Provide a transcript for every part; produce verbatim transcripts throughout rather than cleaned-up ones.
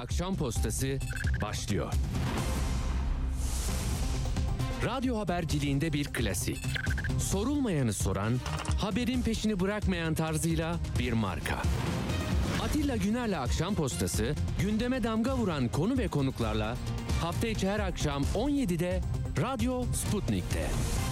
Akşam Postası başlıyor. Radyo haberciliğinde bir klasik. Sorulmayanı soran, haberin peşini bırakmayan tarzıyla bir marka. Atilla Güner'le Akşam Postası, gündeme damga vuran konu ve konuklarla hafta içi her akşam on yedide Radyo Sputnik'te.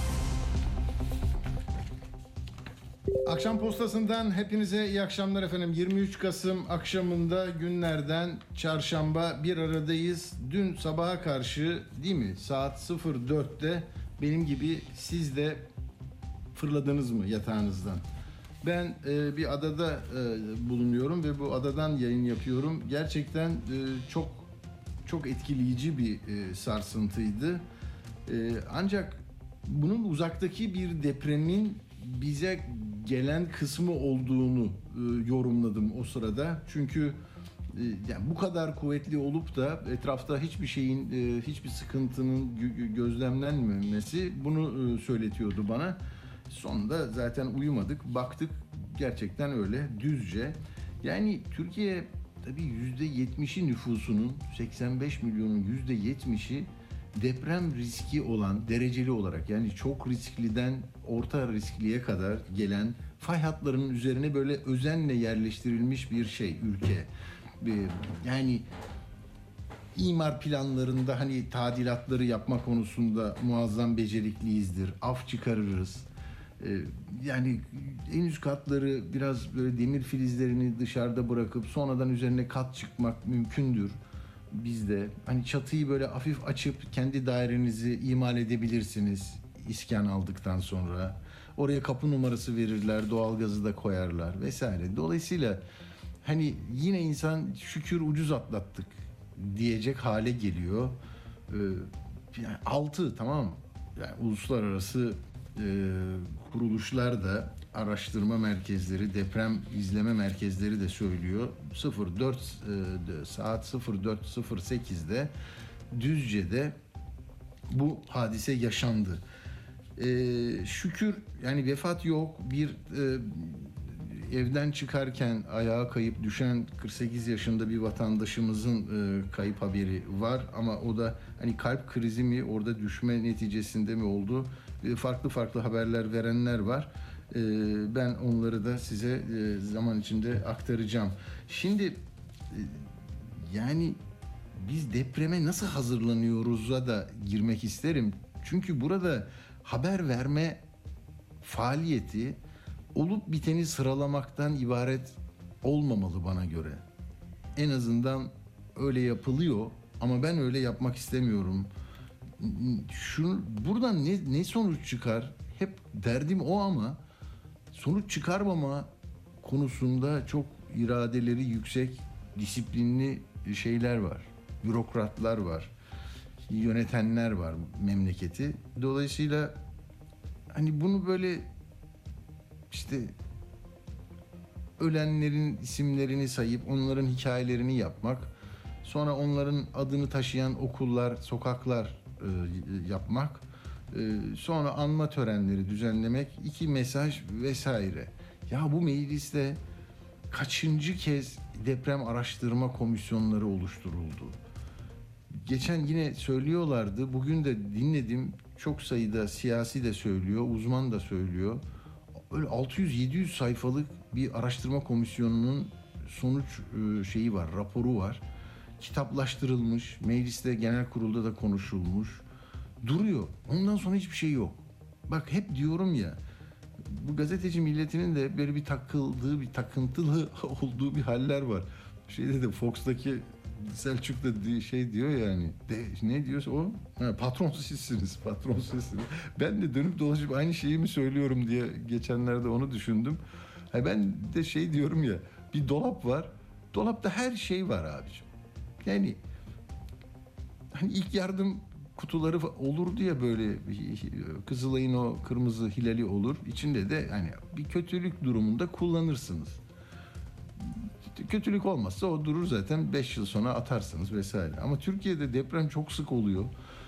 Akşam Postası'ndan hepinize iyi akşamlar efendim. yirmi üç Kasım akşamında günlerden çarşamba bir aradayız. Dün sabaha karşı değil mi saat sıfır dörtte benim gibi siz de fırladınız mı yatağınızdan? Ben e, bir adada e, bulunuyorum ve bu adadan yayın yapıyorum. Gerçekten e, çok çok etkileyici bir e, sarsıntıydı. E, ancak bunun uzaktaki bir depremin bize gelen kısmı olduğunu e, yorumladım o sırada. Çünkü e, yani bu kadar kuvvetli olup da etrafta hiçbir şeyin, e, hiçbir sıkıntının gö- gözlemlenmemesi bunu e, söyletiyordu bana. Sonunda zaten uyumadık, baktık gerçekten öyle düzce. Yani Türkiye tabii yüzde yetmişi nüfusunun, seksen beş milyonun yüzde yetmişi deprem riski olan dereceli olarak, yani çok riskliden orta riskliye kadar gelen fay hatlarının üzerine böyle özenle yerleştirilmiş bir şey ülke. Yani imar planlarında hani tadilatları yapma konusunda muazzam becerikliyizdir. Af çıkarırız. Yani en üst katları biraz böyle demir filizlerini dışarıda bırakıp sonradan üzerine kat çıkmak mümkündür. Bizde hani çatıyı böyle hafif açıp kendi dairenizi imal edebilirsiniz iskan aldıktan sonra. Oraya kapı numarası verirler, doğalgazı da koyarlar vesaire. Dolayısıyla hani yine insan şükür ucuz atlattık diyecek hale geliyor. Ee, yani altı tamam yani uluslararası e, kuruluşlar da, araştırma merkezleri, deprem izleme merkezleri de söylüyor. sıfır dört e, saat sıfır dört sıfır sekizde Düzce'de bu hadise yaşandı. E, şükür yani vefat yok. Bir e, evden çıkarken ayağa kayıp düşen kırk sekiz yaşında bir vatandaşımızın e, kayıp haberi var ama o da hani kalp krizi mi, orada düşme neticesinde mi oldu? E, farklı farklı haberler verenler var. E, ben onları da size e, zaman içinde aktaracağım. Şimdi e, yani biz depreme nasıl hazırlanıyoruz'a da girmek isterim. Çünkü burada haber verme faaliyeti olup biteni sıralamaktan ibaret olmamalı bana göre. En azından öyle yapılıyor ama ben öyle yapmak istemiyorum. Şu, buradan ne, ne sonuç çıkar? Hep derdim o ama sonuç çıkarmama konusunda çok iradeleri yüksek, disiplinli şeyler var. Bürokratlar var. Yönetenler var memleketi. Dolayısıyla hani bunu böyle İşte ölenlerin isimlerini sayıp onların hikayelerini yapmak, sonra onların adını taşıyan okullar, sokaklar e, yapmak, e, sonra anma törenleri düzenlemek, iki mesaj vesaire. Ya bu mecliste kaçıncı kez deprem araştırma komisyonları oluşturuldu? Geçen yine söylüyorlardı, bugün de dinledim, çok sayıda siyasi de söylüyor, uzman da söylüyor. Öyle altı yüz yedi yüz sayfalık bir araştırma komisyonunun sonuç şeyi var, raporu var. Kitaplaştırılmış, mecliste, genel kurulda da konuşulmuş. Duruyor. Ondan sonra hiçbir şey yok. Bak hep diyorum ya, bu gazeteci milletinin de böyle bir takıldığı, bir takıntılı olduğu bir haller var. Şeyde de Fox'taki Selçuk da şey diyor yani, de, ne diyorsa o, ha, patron sizsiniz, patron sizsiniz. Ben de dönüp dolaşıp aynı şeyi mi söylüyorum diye geçenlerde onu düşündüm. Ha, ben de şey diyorum ya, bir dolap var, dolapta her şey var abiciğim. Yani hani ilk yardım kutuları olurdu ya, böyle Kızılay'ın o kırmızı hilali olur. İçinde de hani bir kötülük durumunda kullanırsınız. Kötülük olmazsa o durur zaten, beş yıl sonra atarsınız vesaire. Ama Türkiye'de deprem çok sık oluyor.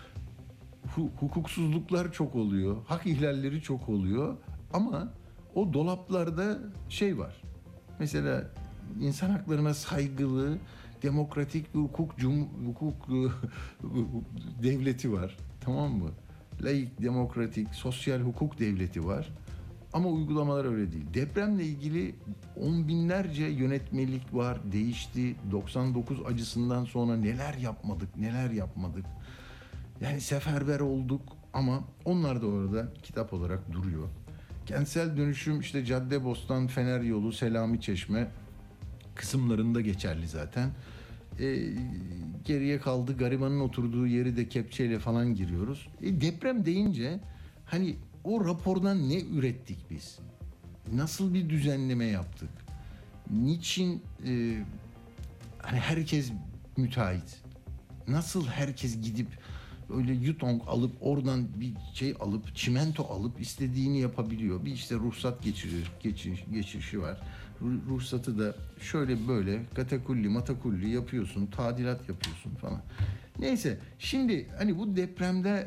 Hukuksuzluklar çok oluyor. Hak ihlalleri çok oluyor. Ama o dolaplarda şey var. Mesela insan haklarına saygılı, demokratik bir hukuk cum, hukuk devleti var. Tamam mı? Laik, demokratik, sosyal hukuk devleti var. Ama uygulamalar öyle değil. Depremle ilgili on binlerce yönetmelik var, değişti. doksan dokuz acısından sonra neler yapmadık, neler yapmadık. Yani seferber olduk ama onlar da orada kitap olarak duruyor. Kentsel dönüşüm işte Caddebostan, Fener Yolu, Selami Çeşme kısımlarında geçerli zaten. E, geriye kaldı garibanın oturduğu yeri de kepçeyle falan giriyoruz. E, deprem deyince hani o rapordan ne ürettik biz? Nasıl bir düzenleme yaptık? Niçin e, hani herkes müteahhit? Nasıl herkes gidip öyle yutong alıp oradan bir şey alıp çimento alıp istediğini yapabiliyor. Bir işte ruhsat geçirir, geçiş, geçişi var. Ruhsatı da şöyle böyle katakulli matakulli yapıyorsun, tadilat yapıyorsun falan. Neyse şimdi hani bu depremde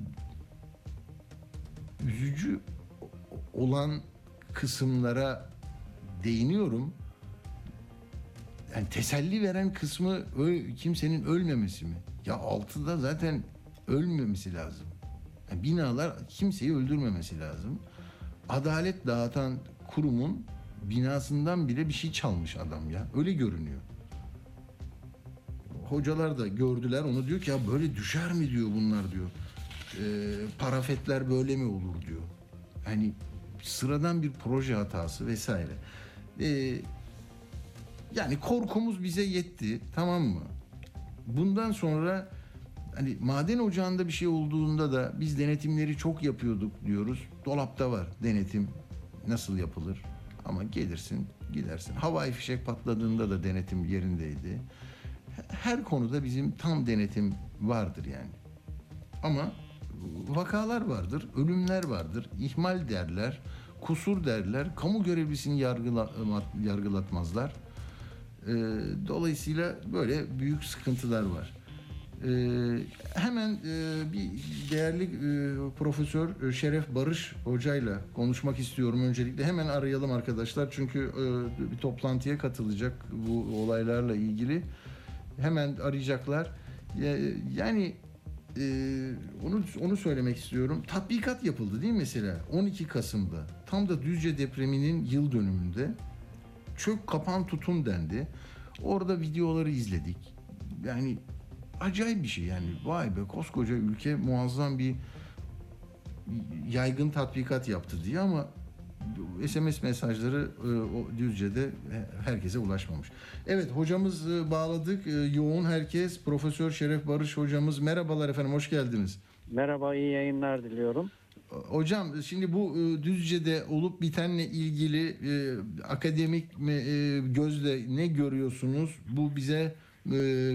üzücü olan kısımlara değiniyorum. Yani teselli veren kısmı kimsenin ölmemesi mi? Ya altıda zaten ölmemesi lazım. Yani binalar kimseyi öldürmemesi lazım. Adalet dağıtan kurumun binasından bile bir şey çalmış adam ya. Öyle görünüyor. Hocalar da gördüler onu, diyor ki ya böyle düşer mi diyor bunlar diyor. E, parafetler böyle mi olur diyor. Hani sıradan bir proje hatası vesaire. E, yani korkumuz bize yetti, tamam mı? Bundan sonra hani maden ocağında bir şey olduğunda da biz denetimleri çok yapıyorduk diyoruz. Dolapta var denetim nasıl yapılır. Ama gelirsin gidersin. Havai fişek patladığında da denetim yerindeydi. Her konuda bizim tam denetim vardır yani. Ama vakalar vardır, ölümler vardır, ihmal derler, kusur derler, kamu görevlisini yargıla, yargılatmazlar. Ee, dolayısıyla böyle büyük sıkıntılar var. Ee, hemen e, bir değerli e, Profesör Şeref Barış hocayla konuşmak istiyorum öncelikle. Hemen arayalım arkadaşlar çünkü e, bir toplantıya katılacak bu olaylarla ilgili. Hemen arayacaklar. Yani e, onu onu söylemek istiyorum. Tatbikat yapıldı değil mi mesela on iki Kasım'da? Tam da Düzce depreminin yıl dönümünde. Çök kapan tutun dendi. Orada videoları izledik. Yani acayip bir şey yani. Vay be, koskoca ülke muazzam bir yaygın tatbikat yaptı diye ama S M S mesajları e, o Düzce'de herkese ulaşmamış. Evet, hocamız e, bağladık. E, yoğun herkes. Profesör Şeref Barış hocamız. Merhabalar efendim, hoş geldiniz. Merhaba, iyi yayınlar diliyorum. Hocam şimdi bu e, Düzce'de olup bitenle ilgili e, akademik e, gözle ne görüyorsunuz? Bu bize e,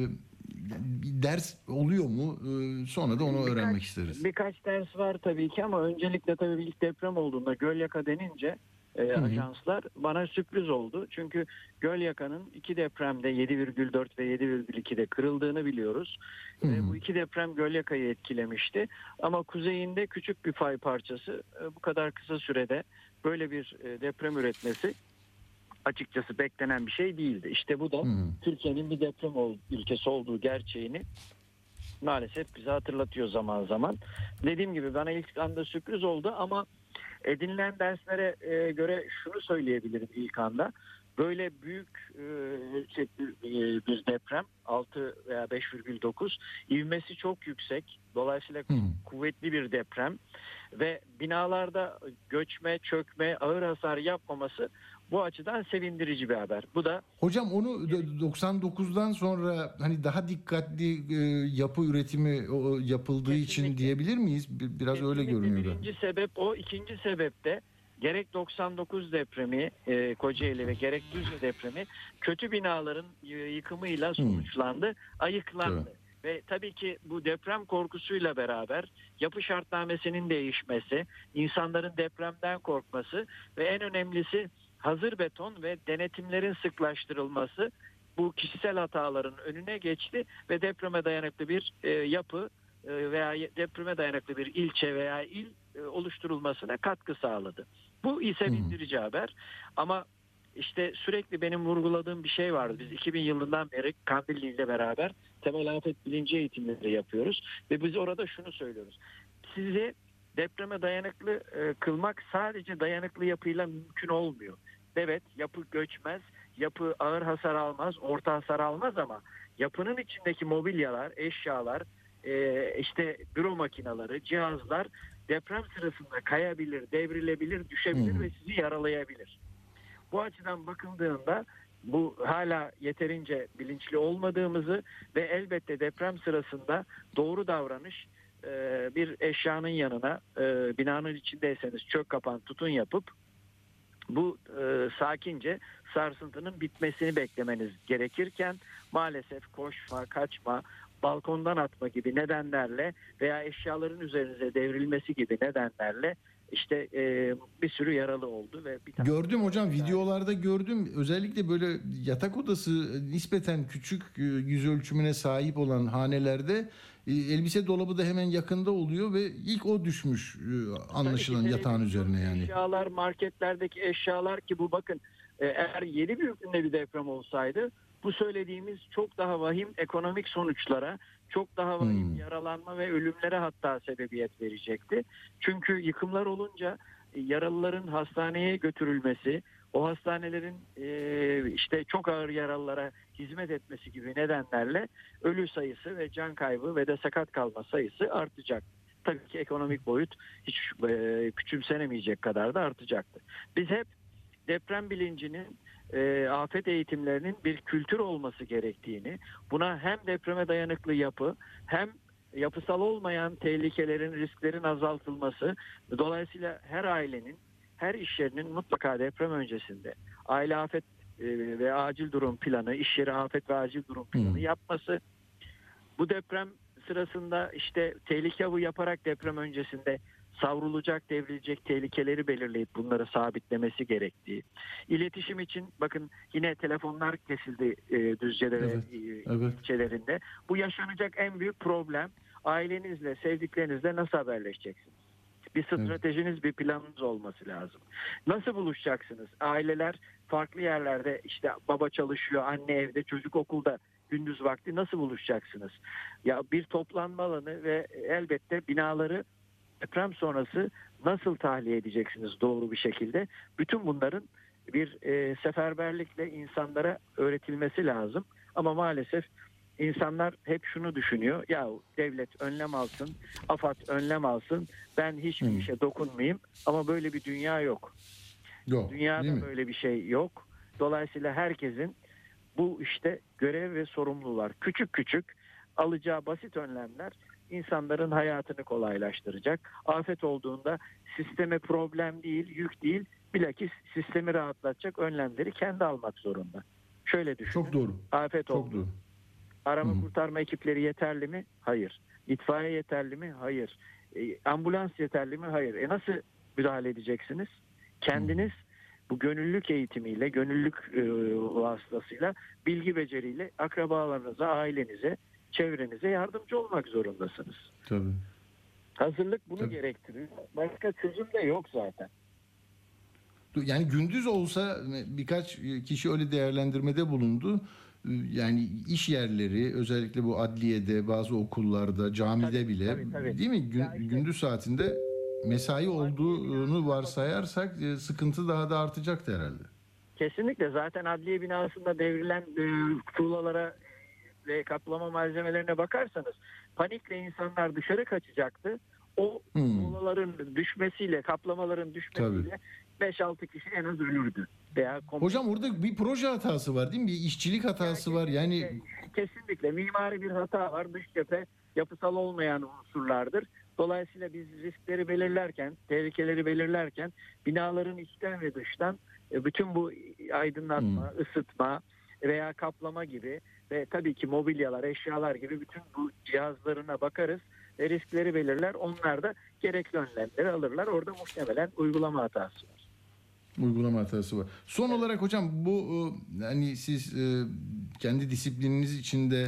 bir ders oluyor mu? E, sonra da onu birkaç, öğrenmek isteriz. Birkaç ders var tabii ki ama öncelikle tabii ilk deprem olduğunda Gölyaka denince e, ajanslar bana sürpriz oldu. Çünkü Gölyaka'nın iki depremde yedi virgül dört ve yedi virgül ikide kırıldığını biliyoruz. Hı hı. E, bu iki deprem Gölyaka'yı etkilemişti. Ama kuzeyinde küçük bir fay parçası e, bu kadar kısa sürede böyle bir e, deprem üretmesi açıkçası beklenen bir şey değildi. İşte bu da hmm. Türkiye'nin bir deprem ol, ülkesi olduğu gerçeğini maalesef bize hatırlatıyor zaman zaman. Dediğim gibi bana ilk anda sürpriz oldu ama edinilen derslere e, göre şunu söyleyebilirim ilk anda. Böyle büyük e, ölçekli e, bir deprem altı veya beş virgül dokuz, ivmesi çok yüksek. Dolayısıyla hmm. kuvvetli bir deprem ve binalarda göçme, çökme, ağır hasar yapmaması bu açıdan sevindirici bir haber. Bu da hocam onu doksan dokuzdan sonra hani daha dikkatli e, yapı üretimi o, yapıldığı kesinlikle için diyebilir miyiz? Biraz kesinlikle öyle görünüyor. Birinci sebep o. İkinci sebep de gerek doksan dokuz depremi e, Kocaeli ve gerek Düzce depremi kötü binaların yıkımıyla sonuçlandı, hmm. ayıklandı. Evet. Ve tabii ki bu deprem korkusuyla beraber yapı şartnamesinin değişmesi, insanların depremden korkması ve en önemlisi hazır beton ve denetimlerin sıklaştırılması bu kişisel hataların önüne geçti ve depreme dayanıklı bir e, yapı e, veya depreme dayanıklı bir ilçe veya il e, oluşturulmasına katkı sağladı. Bu ise bildirici hmm. haber ama işte sürekli benim vurguladığım bir şey vardı. Biz iki bin yılından beri Kandilli ile beraber temel afet bilinci eğitimleri yapıyoruz. Ve biz orada şunu söylüyoruz. Sizi depreme dayanıklı e, kılmak sadece dayanıklı yapıyla mümkün olmuyor. Evet, yapı göçmez, yapı ağır hasar almaz, orta hasar almaz ama yapının içindeki mobilyalar, eşyalar, e, işte büro makineleri, cihazlar deprem sırasında kayabilir, devrilebilir, düşebilir Hmm. ve sizi yaralayabilir. Bu açıdan bakıldığında bu hala yeterince bilinçli olmadığımızı ve elbette deprem sırasında doğru davranış, e, bir eşyanın yanına e, binanın içindeyseniz çök kapan tutun yapıp bu e, sakince sarsıntının bitmesini beklemeniz gerekirken maalesef koşma, kaçma, balkondan atma gibi nedenlerle veya eşyaların üzerinize devrilmesi gibi nedenlerle işte e, bir sürü yaralı oldu ve bir tane Gördüm hocam, videolarda gördüm. Özellikle böyle yatak odası nispeten küçük e, yüz ölçümüne sahip olan hanelerde e, elbise dolabı da hemen yakında oluyor ve ilk o düşmüş e, anlaşılan Tabii ki yatağın televizyon, üzerine yani. Eşyalar, marketlerdeki eşyalar ki bu bakın e, eğer yedi büyüklüğünde bir deprem olsaydı bu söylediğimiz çok daha vahim ekonomik sonuçlara, çok daha vahim Hmm. yaralanma ve ölümlere hatta sebebiyet verecekti. Çünkü yıkımlar olunca e, yaralıların hastaneye götürülmesi, o hastanelerin e, işte çok ağır yaralılara hizmet etmesi gibi nedenlerle ölü sayısı ve can kaybı ve de sakat kalma sayısı artacak. Tabii ki ekonomik boyut hiç e, küçümsenemeyecek kadar da artacaktı. Biz hep deprem bilincinin, e, afet eğitimlerinin bir kültür olması gerektiğini, buna hem depreme dayanıklı yapı hem yapısal olmayan tehlikelerin, risklerin azaltılması, dolayısıyla her ailenin, her iş yerinin mutlaka deprem öncesinde aile afet e, ve acil durum planı, iş yeri afet ve acil durum planı Hmm. yapması, bu deprem sırasında işte tehlike avı yaparak deprem öncesinde savrulacak, devrilecek tehlikeleri belirleyip bunları sabitlemesi gerektiği. İletişim için bakın yine telefonlar kesildi e, Düzce'de ve Evet, e, evet. ilçelerinde. Bu yaşanacak en büyük problem. Ailenizle, sevdiklerinizle nasıl haberleşeceksiniz? Bir stratejiniz, bir planınız olması lazım. Nasıl buluşacaksınız? Aileler farklı yerlerde, işte baba çalışıyor, anne evde, çocuk okulda, gündüz vakti nasıl buluşacaksınız? Ya bir toplanma alanı ve elbette binaları deprem sonrası nasıl tahliye edeceksiniz doğru bir şekilde? Bütün bunların bir e, seferberlikle insanlara öğretilmesi lazım. Ama maalesef insanlar hep şunu düşünüyor. Ya devlet önlem alsın, AFAD önlem alsın. Ben hiçbir Hmm. işe dokunmayayım. Ama böyle bir dünya yok. Yok, değil Dünyada mi? böyle bir şey yok. Dolayısıyla herkesin bu işte görev ve sorumluluğlar küçük küçük alacağı basit önlemler insanların hayatını kolaylaştıracak. Afet olduğunda sisteme problem değil, yük değil, bilakis sistemi rahatlatacak önlemleri kendi almak zorunda. Şöyle düşünün. Çok doğru. Afet Çok oldu. doğru. Arama Hı. kurtarma ekipleri yeterli mi? Hayır. İtfaiye yeterli mi? Hayır. E, ambulans yeterli mi? Hayır. E nasıl müdahale edeceksiniz? Kendiniz bu gönüllülük eğitimiyle, gönüllülük e, vasıtasıyla, bilgi beceriyle akrabalarınıza, ailenize, çevrenize yardımcı olmak zorundasınız. Tabii. Hazırlık bunu Tabii. gerektiriyor. Başka çözüm de yok zaten. Yani gündüz olsa birkaç kişi öyle değerlendirmede bulundu. Yani iş yerleri, özellikle bu adliyede, bazı okullarda, camide Tabii, bile, tabii, tabii. değil mi? Gün, Ya işte- gündüz saatinde mesai olduğunu varsayarsak e, sıkıntı daha da artacaktı herhalde. Kesinlikle zaten adliye binasında devrilen e, tuğlalara ve kaplama malzemelerine bakarsanız panikle insanlar dışarı kaçacaktı. O Hmm. tuğlaların düşmesiyle, kaplamaların düşmesiyle beş altı kişi en az ölürdü. Veya kom- Hocam orada bir proje hatası var değil mi? Bir işçilik hatası var. Yani Kesinlikle mimari bir hata var. Dış cephe yapısal olmayan unsurlardır. Dolayısıyla biz riskleri belirlerken, tehlikeleri belirlerken binaların içten ve dıştan e, bütün bu aydınlatma, Hmm. ısıtma veya kaplama gibi ve tabii ki mobilyalar, eşyalar gibi bütün bu cihazlarına bakarız ve riskleri belirler. Onlar da gerekli önlemleri alırlar. Orada muhtemelen uygulama hatası var. uygulama hatası var. Son olarak hocam bu e, hani siz e, kendi disiplininiz içinde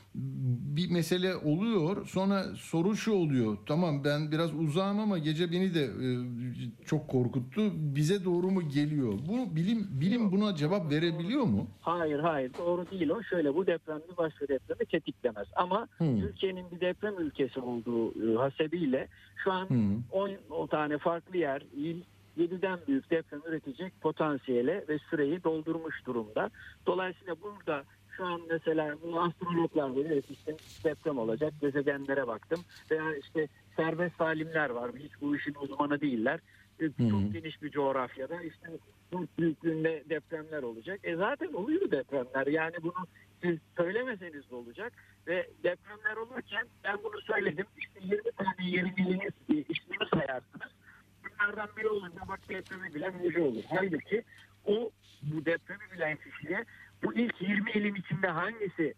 bir mesele oluyor. Sonra soru şu oluyor. Tamam, ben biraz uzağım ama gece beni de e, çok korkuttu. Bize doğru mu geliyor? Bu bilim bilim buna cevap verebiliyor mu? Hayır hayır doğru değil o. Şöyle, bu deprem bir başka depremi tetiklemez. Ama Hmm. Türkiye'nin bir deprem ülkesi olduğu e, hasebiyle şu an Hmm. on tane farklı yer, il, yediden büyük deprem üretecek potansiyele ve süreyi doldurmuş durumda. Dolayısıyla burada şu an mesela bu astrologlar dedi, evet işte deprem olacak, gezegenlere baktım. Veya işte serbest alimler var, hiç bu işin uzmanı değiller. E, Hı. Çok geniş bir coğrafyada işte bu büyüklüğünde depremler olacak. E zaten oluyor depremler. Yani bunu siz söylemeseniz de olacak. Ve depremler olurken ben bunu söyledim. İşte yirmi tane yerin iliniz, ismini sayarsınız. Bunlardan biri olunca bak depremi bilen hoca olur. Halbuki o bu depremi bilen kişiye bu ilk yirmi ilin içinde hangisi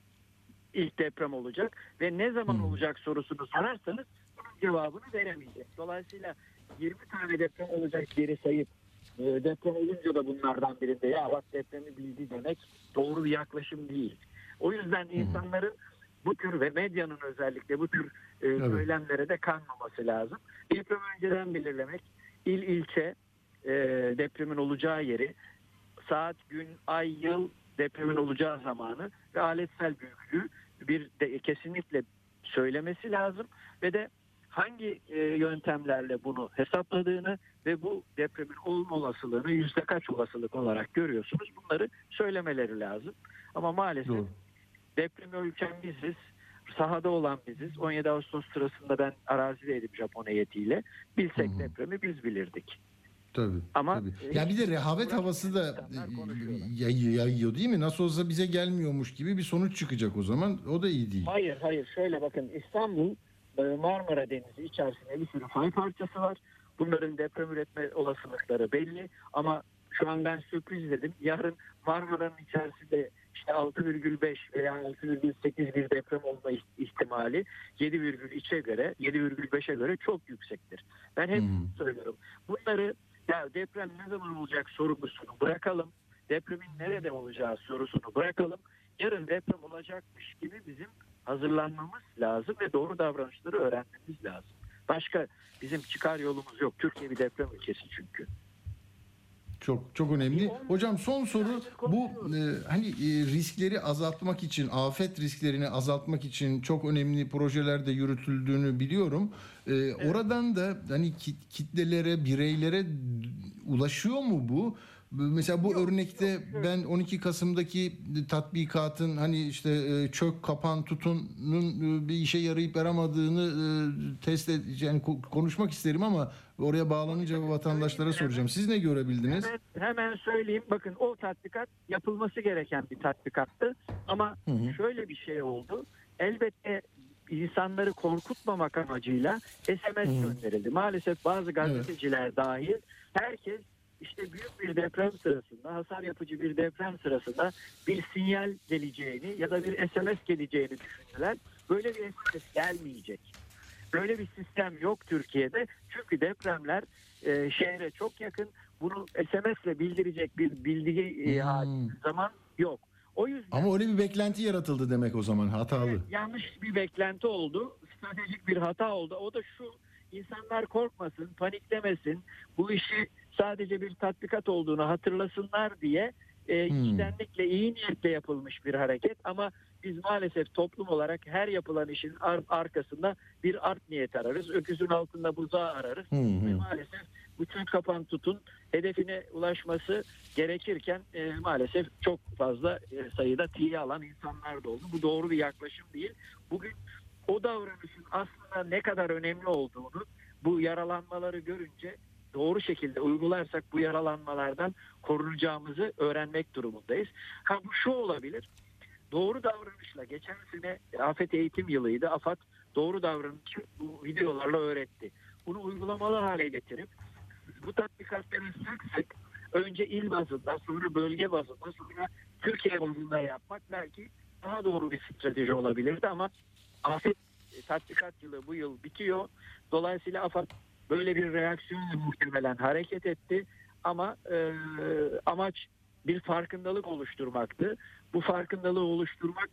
ilk deprem olacak ve ne zaman Hmm. olacak sorusunu sorarsanız bunun cevabını veremeyecek. Dolayısıyla yirmi tane deprem olacak yeri sayıp e, deprem olunca da bunlardan birinde ya bak depremi bildi demek doğru bir yaklaşım değil. O yüzden insanların bu tür ve medyanın özellikle bu tür e, Evet. söylemlere de kanmaması lazım. Depremi önceden belirlemek, il ilçe e, depremin olacağı yeri, saat, gün, ay, yıl, depremin olacağı zamanı ve aletsel büyüklüğü bir de kesinlikle söylemesi lazım ve de hangi e, yöntemlerle bunu hesapladığını ve bu depremin olma olasılığını yüzde kaç olasılık olarak görüyorsunuz, bunları söylemeleri lazım. Ama maalesef Doğru. depremi ölçen biziz, sahada olan biziz. on yedi Ağustos sırasında ben arazideydim Japon heyetiyle. Bilsek Hı hı. depremi biz bilirdik. Tabii. Ama tabii. Ya bir de rehavet havası da insanlar konuşuyorlar. yayıyor, yayıyor değil mi? Nasıl olsa bize gelmiyormuş gibi bir sonuç çıkacak o zaman. O da iyi değil. Hayır hayır şöyle bakın, İstanbul e, Marmara Denizi içerisinde bir sürü fay parçası var. Bunların deprem üretme olasılıkları belli ama şu an ben sürpriz dedim. Yarın Marmara'nın içerisinde işte altı virgül beş veya altı virgül sekiz bir deprem olma ihtimali yedi virgül üçe göre yedi virgül beşe göre çok yüksektir. Ben hep Hmm. söylüyorum. Bunları ya deprem ne zaman olacak sorusunu bırakalım. Depremin nerede olacağı sorusunu bırakalım. Yarın deprem olacakmış gibi bizim hazırlanmamız lazım ve doğru davranışları öğrenmemiz lazım. Başka bizim çıkar yolumuz yok. Türkiye bir deprem ülkesi çünkü. Çok çok önemli. Hocam son soru bu e, hani e, riskleri azaltmak için, afet risklerini azaltmak için çok önemli projeler de yürütüldüğünü biliyorum. E, Oradan da hani kit- kitlelere, bireylere ulaşıyor mu bu? Mesela bu örnekte ben on iki Kasım'daki tatbikatın hani işte e, çök, kapan, tutunun e, bir işe yarayıp yaramadığını e, test ed- yani ko- konuşmak isterim ama oraya bağlanınca vatandaşlara soracağım. Siz ne görebildiniz? Hemen, hemen söyleyeyim. Bakın o tatbikat yapılması gereken bir tatbikattı. Ama Hı hı. şöyle bir şey oldu. Elbette insanları korkutmamak amacıyla S M S Hı. gönderildi. Maalesef bazı gazeteciler dahil herkes işte büyük bir deprem sırasında, hasar yapıcı bir deprem sırasında bir sinyal geleceğini ya da bir S M S geleceğini düşündüler. Böyle bir S M S gelmeyecek. Böyle bir sistem yok Türkiye'de. Çünkü depremler e, şehre çok yakın. Bunu S M S ile bildirecek bir bilgi e, Hmm. zaman yok. O yüzden Ama öyle bir beklenti yaratıldı demek o zaman hatalı. evet, yanlış bir beklenti oldu. Stratejik bir hata oldu. O da şu: insanlar korkmasın, paniklemesin. Bu işi sadece bir tatbikat olduğunu hatırlasınlar diye e, Hmm. içtenlikle, iyi niyetle yapılmış bir hareket. Ama biz maalesef toplum olarak her yapılan işin ar- arkasında bir art niyet ararız. Öküzün altında buzağı ararız. Hı hı. Ve maalesef bütün kapan tutun hedefine ulaşması gerekirken e, maalesef çok fazla e, sayıda tiye alan insanlar da oldu. Bu doğru bir yaklaşım değil. Bugün o davranışın aslında ne kadar önemli olduğunu bu yaralanmaları görünce doğru şekilde uygularsak bu yaralanmalardan korunacağımızı öğrenmek durumundayız. Ha bu şu olabilir: doğru davranışla, geçen sene afet eğitim yılıydı. AFAD doğru davranışı bu videolarla öğretti. Bunu uygulamalı hale getirip bu tatbikatları sık sık önce il bazında, sonra bölge bazında, sonra Türkiye bazında yapmak belki daha doğru bir strateji olabilirdi ama afet e, tatbikat yılı bu yıl bitiyor. Dolayısıyla AFAD böyle bir reaksiyonla muhtemelen hareket etti ama e, amaç bir farkındalık oluşturmaktı. Bu farkındalığı oluşturmak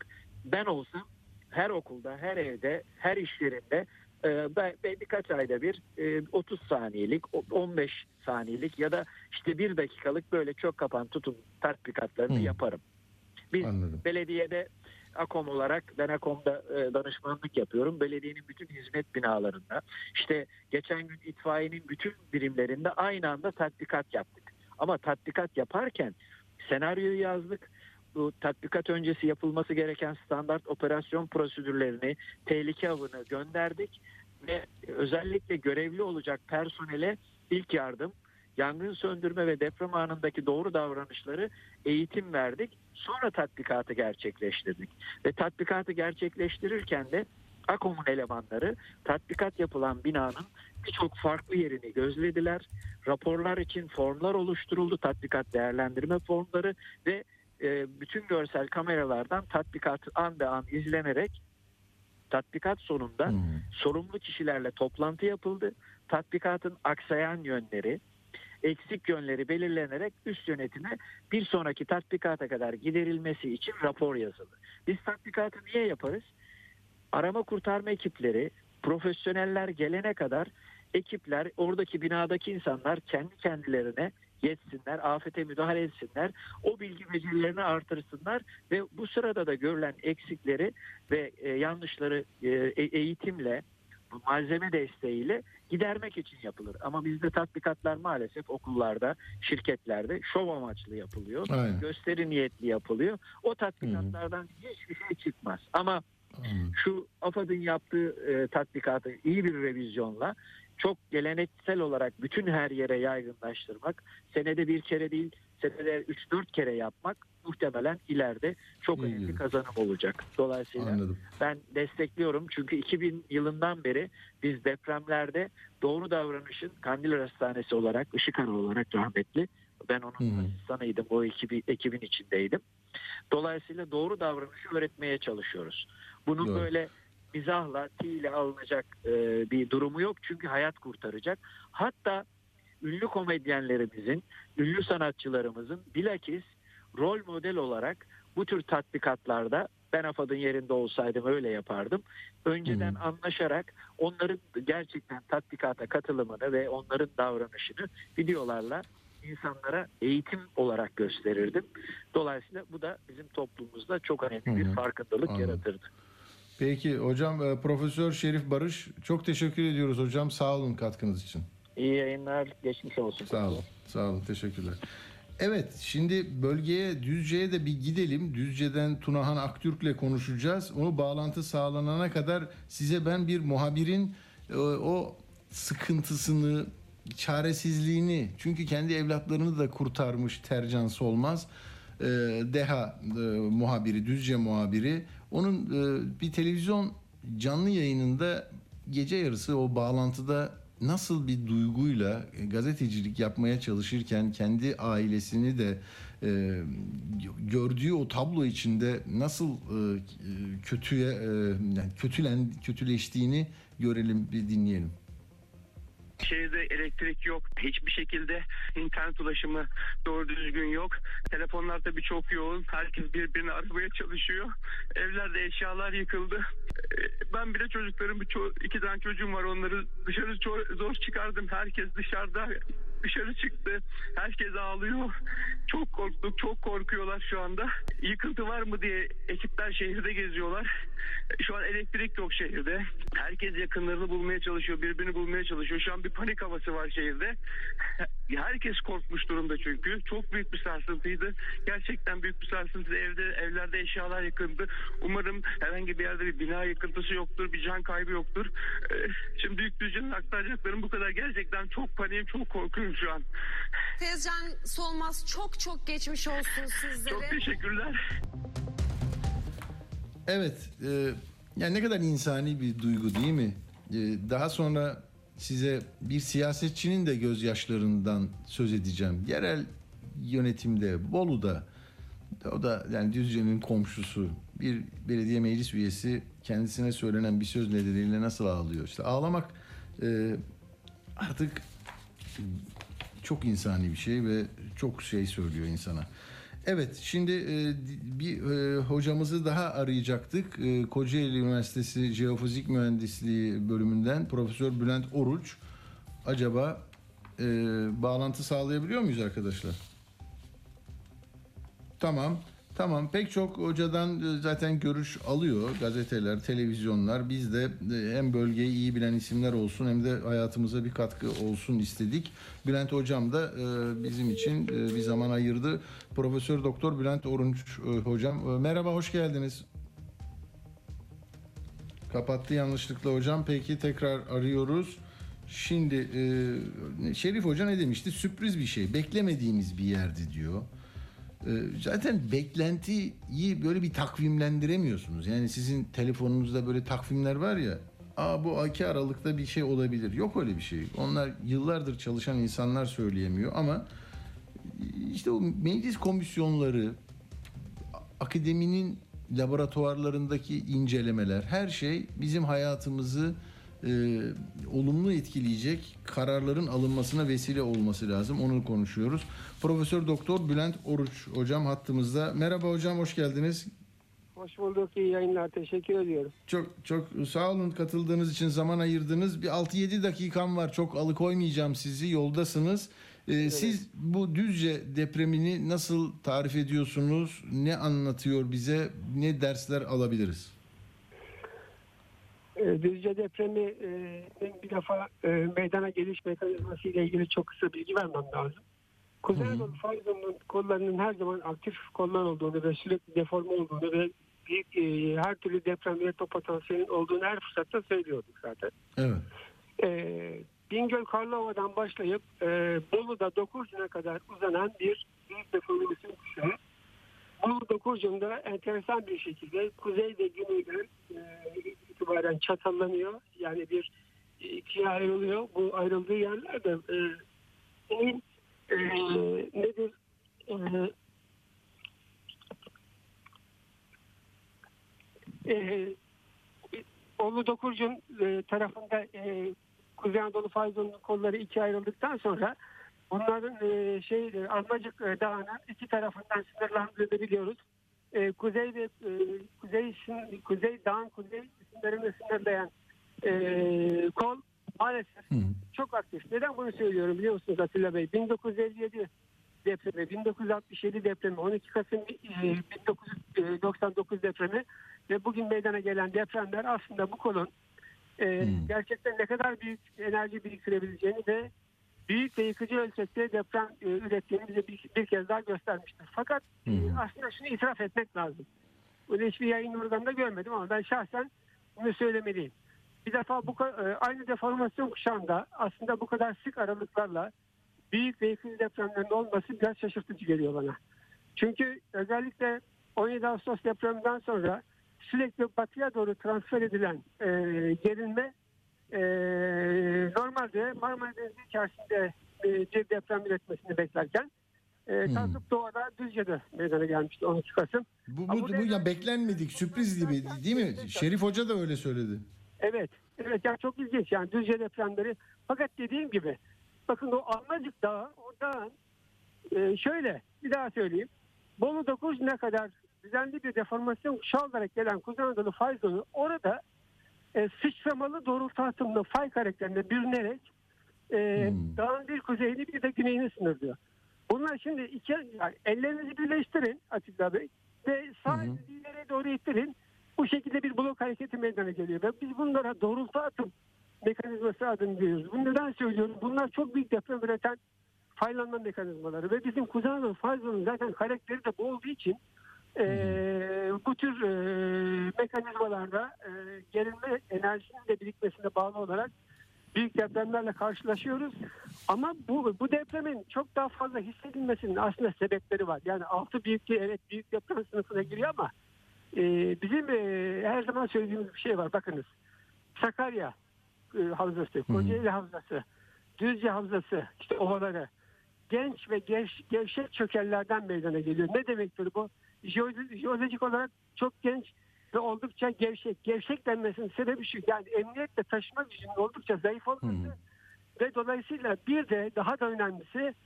ben olsam her okulda, her evde, her iş yerinde e, ben, ben birkaç ayda bir e, otuz saniyelik, on beş saniyelik ya da işte bir dakikalık böyle çök kapan tutum tatbikatlarını Hmm. yaparım. Biz Anladım. belediyede AKOM olarak, ben AKOM'da e, danışmanlık yapıyorum. Belediyenin bütün hizmet binalarında, işte geçen gün itfaiyenin bütün birimlerinde aynı anda tatbikat yaptık. Ama tatbikat yaparken senaryoyu yazdık. Bu tatbikat öncesi yapılması gereken standart operasyon prosedürlerini, tehlike avını gönderdik ve özellikle görevli olacak personele ilk yardım, yangın söndürme ve deprem anındaki doğru davranışları eğitim verdik. Sonra tatbikatı gerçekleştirdik. Ve tatbikatı gerçekleştirirken de AKOM'un elemanları tatbikat yapılan binanın birçok farklı yerini gözlediler. Raporlar için formlar oluşturuldu, tatbikat değerlendirme formları ve e, bütün görsel kameralardan tatbikatı an be an izlenerek tatbikat sonunda Hmm. sorumlu kişilerle toplantı yapıldı. Tatbikatın aksayan yönleri, eksik yönleri belirlenerek üst yönetime bir sonraki tatbikata kadar giderilmesi için rapor yazıldı. Biz tatbikatı niye yaparız? Arama kurtarma ekipleri, profesyoneller gelene kadar ekipler, oradaki binadaki insanlar kendi kendilerine yetsinler, afete müdahale etsinler, o bilgi becerilerini artırsınlar ve bu sırada da görülen eksikleri ve e, yanlışları e, eğitimle, malzeme desteğiyle gidermek için yapılır. Ama bizde tatbikatlar maalesef okullarda, şirketlerde şov amaçlı yapılıyor. Aynen. Gösteri niyetli yapılıyor. O tatbikatlardan hiçbir şey çıkmaz. Ama Anladım. şu AFAD'ın yaptığı e, tatbikatı iyi bir revizyonla çok geleneksel olarak bütün her yere yaygınlaştırmak, senede bir kere değil, senede üç dört kere yapmak muhtemelen ileride çok İyi önemli gibi. kazanım olacak. Dolayısıyla Anladım. ben destekliyorum çünkü iki bin yılından beri biz depremlerde doğru davranışın Kandil Hastanesi olarak, Işıkara olarak rahmetli, ben onun Hı hı. asistanıydım, o ekibi, ekibin içindeydim. Dolayısıyla doğru davranışı öğretmeye çalışıyoruz. Bunun Doğru. böyle mizahla, tiyle alınacak e, bir durumu yok çünkü hayat kurtaracak. Hatta ünlü komedyenlerimizin, ünlü sanatçılarımızın bilakis rol model olarak bu tür tatbikatlarda, ben AFAD'ın yerinde olsaydım öyle yapardım, önceden Hı. anlaşarak onların gerçekten tatbikata katılımını ve onların davranışını videolarla insanlara eğitim olarak gösterirdim. Dolayısıyla bu da bizim toplumumuzda çok önemli Hı bir hı. farkındalık Anladım. yaratırdı. Peki hocam, e, Profesör Şerif Barış, çok teşekkür ediyoruz hocam. Sağ olun katkınız için. İyi yayınlar, geçmiş olsun. Sağ olun. Sağ olun. Teşekkürler. Evet, şimdi bölgeye, Düzce'ye de bir gidelim. Düzce'den Tunahan Aktürk'le konuşacağız. Onu bağlantı sağlanana kadar size ben bir muhabirin e, o sıkıntısını, çaresizliğini, çünkü kendi evlatlarını da kurtarmış Tercan Solmaz, e, DEHA e, muhabiri, Düzce muhabiri. Onun e, bir televizyon canlı yayınında gece yarısı o bağlantıda nasıl bir duyguyla e, gazetecilik yapmaya çalışırken kendi ailesini de e, gördüğü o tablo içinde nasıl e, kötüye e, yani kötülen kötüleştiğini görelim, bir dinleyelim. Şehirde elektrik yok. Hiçbir şekilde internet ulaşımı doğru düzgün yok. Telefonlar tabii çok yoğun. Herkes birbirini aramaya çalışıyor. Evlerde eşyalar yıkıldı. Ben bile çocuklarım, bir ço- iki tane çocuğum var. Onları dışarı ço- zor çıkardım. Herkes dışarıda. Dışarı çıktı. Herkes ağlıyor. Çok korktuk. Çok korkuyorlar şu anda. Yıkıntı var mı diye ekipler şehirde geziyorlar. Şu an elektrik yok şehirde. Herkes yakınlarını bulmaya çalışıyor. Birbirini bulmaya çalışıyor. Şu an bir panik havası var şehirde. Herkes korkmuş durumda çünkü. Çok büyük bir sarsıntıydı. Gerçekten büyük bir sarsıntı. Evde, evlerde eşyalar yıkıldı. Umarım herhangi bir yerde bir bina yıkıntısı yoktur. Bir can kaybı yoktur. Şimdi Büyükdüzce'nin aktaracaklarım bu kadar. Gerçekten çok paniğim, çok korkuyorum şu an. Tezcan Solmaz, çok çok geçmiş olsun sizlere. Çok teşekkürler. Evet, e, yani ne kadar insani bir duygu değil mi? E, daha sonra size bir siyasetçinin de gözyaşlarından söz edeceğim. Yerel yönetimde, Bolu'da, o da yani Düzce'nin komşusu, bir belediye meclis üyesi kendisine söylenen bir söz nedeniyle nasıl ağlıyor? İşte ağlamak e, artık çok insani bir şey ve çok şey söylüyor insana. Evet, şimdi e, bir e, hocamızı daha arayacaktık. E, Kocaeli Üniversitesi Jeofizik Mühendisliği bölümünden Profesör Bülent Oruç. Acaba e, bağlantı sağlayabiliyor muyuz arkadaşlar? Tamam. Tamam, pek çok hocadan zaten görüş alıyor gazeteler, televizyonlar. Biz de hem bölgeyi iyi bilen isimler olsun hem de hayatımıza bir katkı olsun istedik. Bülent hocam da bizim için bir zaman ayırdı. Profesör Doktor Bülent Oruç hocam. Merhaba, hoş geldiniz. Kapattı yanlışlıkla hocam. Peki tekrar arıyoruz. Şimdi Şerif Hoca ne demişti? Sürpriz bir şey, beklemediğimiz bir yerdi diyor. Zaten beklentiyi böyle bir takvimlendiremiyorsunuz. Yani sizin telefonunuzda böyle takvimler var ya. Aa, bu iki Aralık'ta bir şey olabilir. Yok öyle bir şey. Onlar yıllardır çalışan insanlar söyleyemiyor ama işte o meclis komisyonları, akademinin laboratuvarlarındaki incelemeler, her şey bizim hayatımızı e, olumlu etkileyecek kararların alınmasına vesile olması lazım. Onu konuşuyoruz. Profesör Doktor Bülent Oruç hocam hattımızda. Merhaba hocam, hoş geldiniz. Hoş bulduk, iyi yayınlar. Teşekkür ediyorum. Çok çok sağ olun katıldığınız için, zaman ayırdınız. Bir altı yedi dakikam var. Çok alıkoymayacağım sizi. Yoldasınız. Ee, evet. Siz bu Düzce depremini nasıl tarif ediyorsunuz? Ne anlatıyor bize? Ne dersler alabiliriz? Düzce depremi e, bir defa e, meydana geliş mekanizması ile ilgili çok kısa bilgi vermem lazım. Kuzey Anadolu fay zonunun kollarının her zaman aktif kollar olduğunu ve sürekli deforme olduğunu ve büyük, e, her türlü deprem üretme potansiyelinin olduğunu her fırsatta söylüyorduk zaten. Evet. E, Bingöl Karlova'dan başlayıp e, Bolu'da Dokurcun'a kadar uzanan bir büyük deformasyon kuşağı. Bolu Dokurcun'da enteresan bir şekilde kuzey ve güneyden e, itibaren çatallanıyor. Yani bir ikiye ayrılıyor. Bu ayrıldığı yerlerde e, en e, nedir? E, e, Bolu Dokurcun e, tarafında e, Kuzey Anadolu fay zonunun kolları ikiye ayrıldıktan sonra bunların e, şey Armacık e, Dağı'nın iki tarafından sınırlandığını biliyoruz. E, kuzey ve e, kuzey kuzey dağın kuzey sınırını sınırlayan e, kol maalesef Hı. çok aktif. Neden bunu söylüyorum biliyor musunuz Atilla Bey? bin dokuz yüz elli yedi depremi, bin dokuz yüz altmış yedi depremi, on iki Kasım e, bin dokuz yüz doksan dokuz depremi ve bugün meydana gelen depremler aslında bu kolun e, gerçekten ne kadar büyük enerji biriktirebileceğini ve büyük ve yıkıcı ölçekte deprem e, ürettiğini bize bir, bir kez daha göstermiştir. Fakat e, aslında şunu itiraf etmek lazım. Bunu hiçbir yayın organında görmedim ama ben şahsen bunu söylemeliyim. Bir defa bu e, aynı deformasyon kuşağında aslında bu kadar sık aralıklarla büyük ve yıkıcı depremlerin olması biraz şaşırtıcı geliyor bana. Çünkü özellikle on yedi Ağustos depreminden sonra sürekli batıya doğru transfer edilen e, gerilme e, normalde Marmara Denizi içerisinde e, bir deprem üretmesini beklerken e, hmm. kalkıp doğada Düzce'de meydana gelmişti on iki Kasım. Bu, bu, bu ya beklenmedik, sürpriz gibi değil mi? Şerif Hoca da öyle söyledi. Evet. Evet yani çok ilginç yani Düzce depremleri. Fakat dediğim gibi bakın o Armacık Dağı, o dağın e, şöyle bir daha söyleyeyim. Bolu dokuz ne kadar düzenli bir deformasyon kuşağı olarak gelen Kuzey Anadolu fay zonu orada e, sıçramalı doğrultu atımlı fay karakterine bürünerek e, hmm. dağın bir kuzeyini bir de güneyini sınırlıyor. Bunlar şimdi iki, yani ellerinizi birleştirin Atilla Bey ve sağ elinizi hmm. ileriye doğru ittirin. Bu şekilde bir blok hareketi meydana geliyor. Ve biz bunlara doğrultu atım mekanizması adını veriyoruz. Bunu neden söylüyorum? Bunlar çok büyük deprem üreten faylanma mekanizmaları ve bizim Kuzey Anadolu fay zonunun zaten karakteri de bu olduğu için e, bu tür e, mekanizmalarda e, gerilme enerjisinin de birikmesine bağlı olarak büyük depremlerle karşılaşıyoruz. Ama bu bu depremin çok daha fazla hissedilmesinin aslında sebepleri var. Yani altı büyüklüğü evet büyük deprem sınıfına giriyor ama e, bizim e, her zaman söylediğimiz bir şey var. Bakınız Sakarya e, Havzası, Kocaeli Havzası, Düzce Havzası, işte ovaları genç ve gev, gevşek çökellerden meydana geliyor. Ne demektir bu? Jeolojik olarak çok genç ve oldukça gevşek. Gevşek denmesinin sebebi şu. Yani emniyetle taşıma gücünün oldukça zayıf olması hmm. ve dolayısıyla bir de daha da önemlisi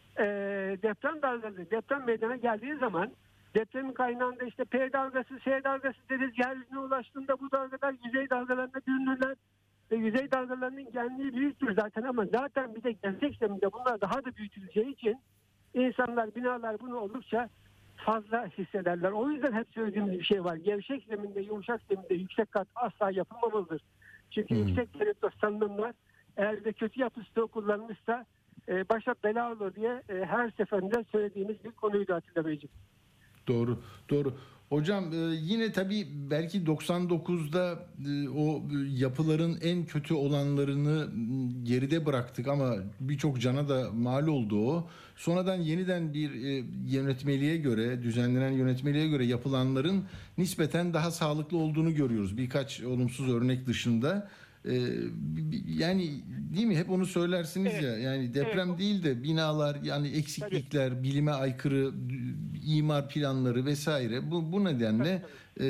e, deprem dalgaları, deprem meydana geldiği zaman depremin kaynağında işte P dalgası, S dalgası deriz. Yeryüzüne ulaştığında bu dalgalar yüzey dalgalarına bürünürler. Ve yüzey dalgalarının genliği büyüktür zaten ama zaten bir de gevşek zeminde bunlar daha da büyütüleceği için insanlar, binalar bunu oldukça fazla hissederler. O yüzden hep söylediğimiz bir şey var. Gevşek zeminde, yumuşak zeminde yüksek kat asla yapılmamalıdır. Çünkü Hmm. yüksek tereddüt salınımlar eğer de kötü yapı stoğu kullanılmışsa e, başa bela olur diye e, her seferinde söylediğimiz bir konuydu Atilla Beyciğim. Doğru, doğru. Hocam e, yine tabii belki doksan dokuzda e, o yapıların en kötü olanlarını m, geride bıraktık ama birçok cana da mal oldu o. Sonradan yeniden bir e, yönetmeliğe göre, düzenlenen yönetmeliğe göre yapılanların nispeten daha sağlıklı olduğunu görüyoruz. Birkaç olumsuz örnek dışında. E, yani değil mi? Hep onu söylersiniz Evet. ya. Yani deprem Evet. değil de binalar, yani eksiklikler, bilime aykırı imar planları vesaire. Bu bu nedenle e,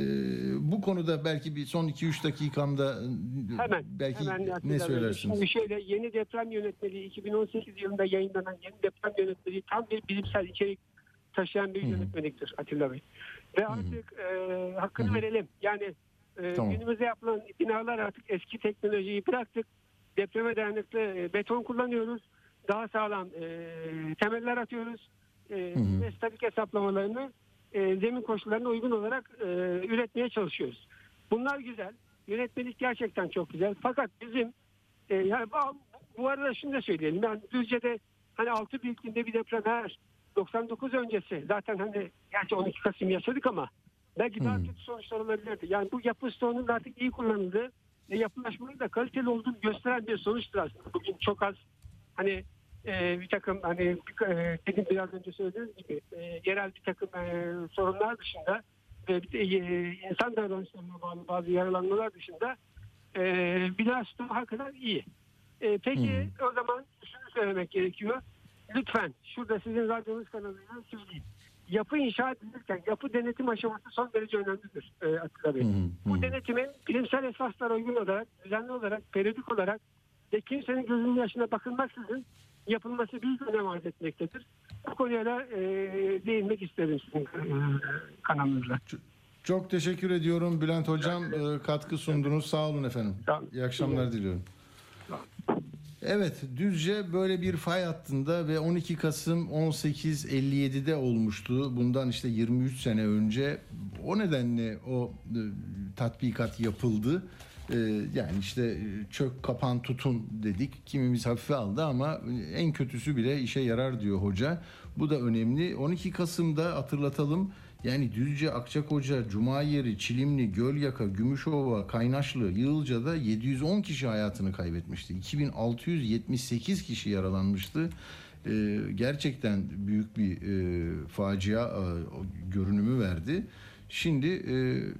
bu konuda belki bir son iki üç dakikamda Hemen, belki hemen Atilla ne Bey. söylersiniz? Şimdi şöyle, yeni deprem yönetmeliği iki bin on sekiz yılında yayınlanan yeni deprem yönetmeliği tam bir bilimsel içerik taşıyan bir Hı hı. yönetmeliktir Atilla Bey. Ve artık e, hakkını Hı hı. verelim. Yani e, Tamam. günümüzde yapılan binalar artık eski teknolojiyi bıraktık. Depreme dayanıklı e, beton kullanıyoruz. Daha sağlam e, temeller atıyoruz. E, Hı hı. ve statik hesaplamalarını e, zemin koşullarına uygun olarak e, üretmeye çalışıyoruz. Bunlar güzel. Yönetmelik gerçekten çok güzel. Fakat bizim e, yani bu, bu arada şunu da söyleyelim. Yani Düzce'de hani altı büyüklüğünde bir deprem her doksan dokuz öncesi zaten hani gerçi on iki Kasım yaşadık ama belki daha Hmm. kötü sonuçlar olabilirdi. Yani bu yapı stoğunun artık iyi kullanıldığı ve yapılaşmanın da kaliteli olduğunu gösteren bir sonuçtur aslında. Bugün çok az hani e, bir takım hani e, dedim biraz önce söylediğiniz gibi e, yerel bir takım e, sorunlar dışında ve bir de, e, insan davranışlarına bağlı bazı yaralanmalar dışında e, bina stoğu hakikaten iyi. E, peki o zaman şunu söylemek gerekiyor. Lütfen şurada sizin radyonuz kanalıyla söyleyeyim. Yapı inşa edilirken yapı denetim aşaması son derece önemlidir e, Atilla Bey. Hı hı, Bu hı. denetimin bilimsel esaslara uygun olarak, düzenli olarak, periyodik olarak ve kimsenin gözünün yaşına bakılmaksızın yapılması büyük önem arz etmektedir. Bu konuya da e, değinmek isterim sizin e, kanalınızla. Çok teşekkür ediyorum Bülent Hocam. e, Katkı sundunuz. Sağ olun efendim. Tamam. İyi akşamlar diliyorum. Evet, Düzce böyle bir fay hattında ve on iki Kasım on sekiz elli yedi'de olmuştu. Bundan işte yirmi üç sene önce. O nedenle o e, tatbikat yapıldı. E, yani işte e, çök, kapan, tutun dedik. Kimimiz hafife aldı ama en kötüsü bile işe yarar diyor hoca. Bu da önemli. on iki Kasım'da hatırlatalım. Yani Düzce, Akçakoca, Cumayeri, Çilimli, Gölyaka, Gümüşova, Kaynaşlı, Yığılca'da yedi yüz on kişi hayatını kaybetmişti. iki bin altı yüz yetmiş sekiz kişi yaralanmıştı. Ee, gerçekten büyük bir e, facia e, görünümü verdi. Şimdi e,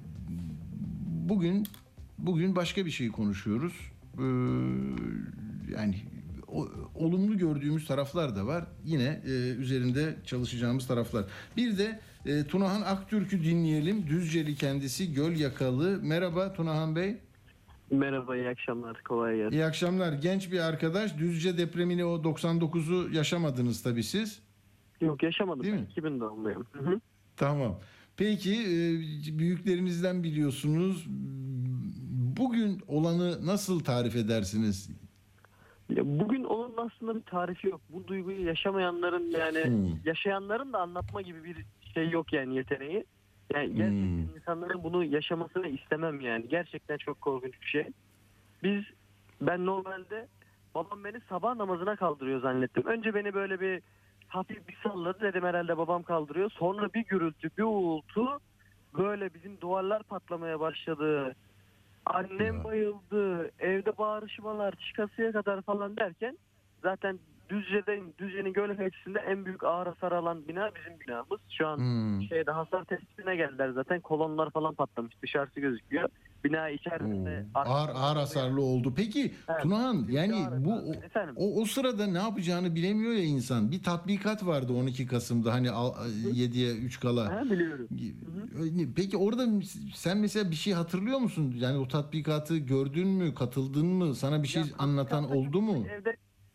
bugün bugün başka bir şey konuşuyoruz. Ee, yani o, olumlu gördüğümüz taraflar da var. Yine e, üzerinde çalışacağımız taraflar. Bir de e, Tunahan Aktürk'ü dinleyelim. Düzceli kendisi, Gölyakalı. Merhaba Tunahan Bey. Merhaba, iyi akşamlar. Kolay gelsin. İyi akşamlar. Genç bir arkadaş. Düzce depremini, o doksan dokuzu yaşamadınız tabii siz. Yok, yaşamadım. Değil Ben mi? iki bin doğumluyum. Hı hı. Tamam. Peki e, büyüklerinizden biliyorsunuz. Bugün olanı nasıl tarif edersiniz? Ya bugün onun aslında bir tarifi yok. Bu duyguyu yaşamayanların yani Hmm. yaşayanların da anlatma gibi bir şey yok yani, yeteneği. Yani gerçekten Hmm. insanların bunu yaşamasını istemem yani. Gerçekten çok korkunç bir şey. Biz, ben normalde babam beni sabah namazına kaldırıyor zannettim. Önce beni böyle bir hafif bir salladı, dedim herhalde babam kaldırıyor. Sonra bir gürültü, bir uğultu, böyle bizim duvarlar patlamaya başladı. Annem Ya. bayıldı, evde bağırışmalar, çıkasıya kadar falan derken zaten Düzce'de, Düzce'nin Gölhekesi'nde en büyük ağır hasar alan bina bizim binamız. Şu an Hmm. şeyde hasar tespitine geldiler zaten, kolonlar falan patlamış, dışarısı gözüküyor. Bina içerisinde Oo, ağır ağır hasarlı oldu. Peki Evet. Tunahan, yani ağır bu hasarlı. Efendim? o, o sırada ne yapacağını bilemiyor ya insan. Bir tatbikat vardı on iki Kasım'da hani yediye üç kala. Ha, biliyorum. Peki orada sen mesela bir şey hatırlıyor musun? Yani o tatbikatı gördün mü, katıldın mı? Sana bir şey Ya, anlatan tatbikatta oldu mu? Evde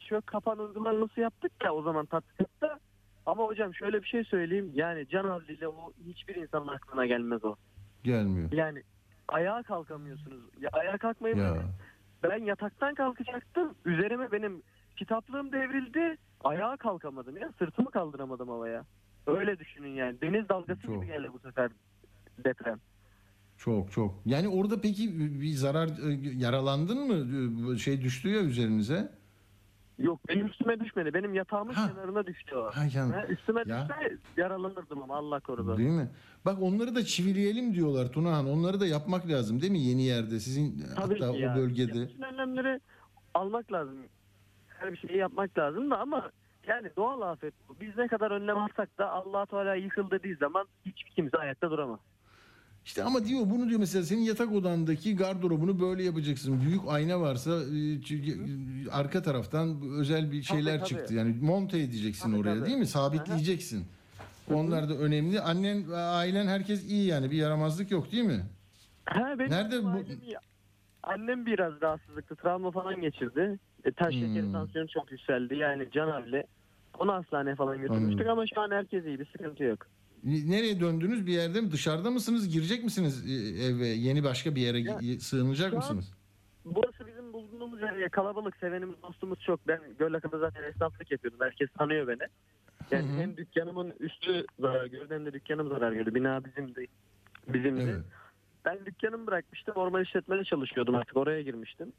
kök kapan uygulaması yaptık ya o zaman tatbikatta. Ama hocam şöyle bir şey söyleyeyim. Yani can havliyle o hiçbir insanın aklına gelmez o. Gelmiyor. Yani ayağa kalkamıyorsunuz. Ya ayağa kalkmayı Ya. bırakın. Ben yataktan kalkacaktım. Üzerime benim kitaplığım devrildi. Ayağa kalkamadım ya. Sırtımı kaldıramadım havaya. Öyle düşünün yani. Deniz dalgası Çok. gibi geldi bu sefer deprem. Çok çok. Yani orada peki bir zarar, e, yaralandın mı? E, Şey düştü ya üzerinize. Yok benim üstüme düşmedi. Benim yatağımın Ha. kenarına düştü o. Ha, yani- Ha, üstüme Ya. düşse yaralanırdım ama Allah korudu. Değil mi? Bak onları da çivileyelim diyorlar Tunahan. Onları da yapmak lazım değil mi yeni yerde? Sizin Tabii hatta ki o ya. bölgede. Ya bütün önlemleri almak lazım. Her bir şeyi yapmak lazım da ama yani doğal afet bu. Biz ne kadar önlem alsak da Allah Teala yıkıl dediği zaman hiç kimse ayakta duramaz. İşte ama diyor bunu diyor mesela senin yatak odandaki gardırobunu böyle yapacaksın. Büyük ayna varsa e, çünkü, e, arka taraftan özel bir şeyler tabii. çıktı. Yani monte edeceksin Tabii, oraya tabii. değil mi? Sabitleyeceksin. Onlar da önemli. Annen, ailen herkes iyi yani bir yaramazlık yok değil mi? Ha, benim Nerede bu- ailem iyi. Annem biraz rahatsızlıklı, travma falan geçirdi. E, taş şekeri, Hmm. tansiyonu çok yükseldi. Yani can havli. Onu hastaneye falan götürmüştük Anladım. ama şu an herkes iyi, bir sıkıntı yok. N- Nereye döndünüz? Bir yerde mi? Dışarıda mısınız? Girecek misiniz e, eve? Yeni başka bir yere Ya, gi- sığınacak şu an- mısınız? Burası bizim bulunduğumuz yer. Kalabalık, sevenimiz, dostumuz çok. Ben Göllaka'da zaten esnaflık yapıyordum. Herkes tanıyor beni. Yani Hı hı. hem dükkanımın üstü zarar gördü hem de dükkanım zarar gördü. Bina bizimdi. Bizimdi. Evet. Ben dükkanımı bırakmıştım. Orman işletmede çalışıyordum artık. Oraya girmiştim.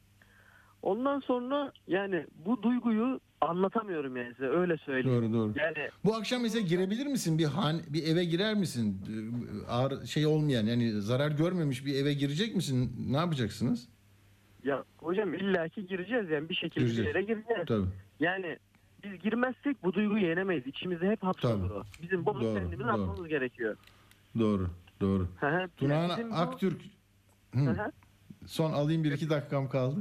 Ondan sonra yani bu duyguyu anlatamıyorum yani size. Öyle söyleyeyim. Doğru doğru. Yani Bu akşam mesela girebilir misin? Bir han, bir eve girer misin? Ee, Ağır şey olmayan yani zarar görmemiş bir eve girecek misin? Ne yapacaksınız? ya hocam illaki gireceğiz yani bir şekilde Gireceğiz. bir yere gireceğiz. Tabii. Yani biz girmezsek bu duyguyu yenemeyiz. İçimizde hep hapsolur Tabii. o. Bizim bunu Doğru, kendimiz doğru. atmamız gerekiyor. Doğru. Doğru. Hı hı. Tunahan Yani bizim bu- Aktürk. Hı Hı. hı. Son alayım bir iki dakikam kaldı.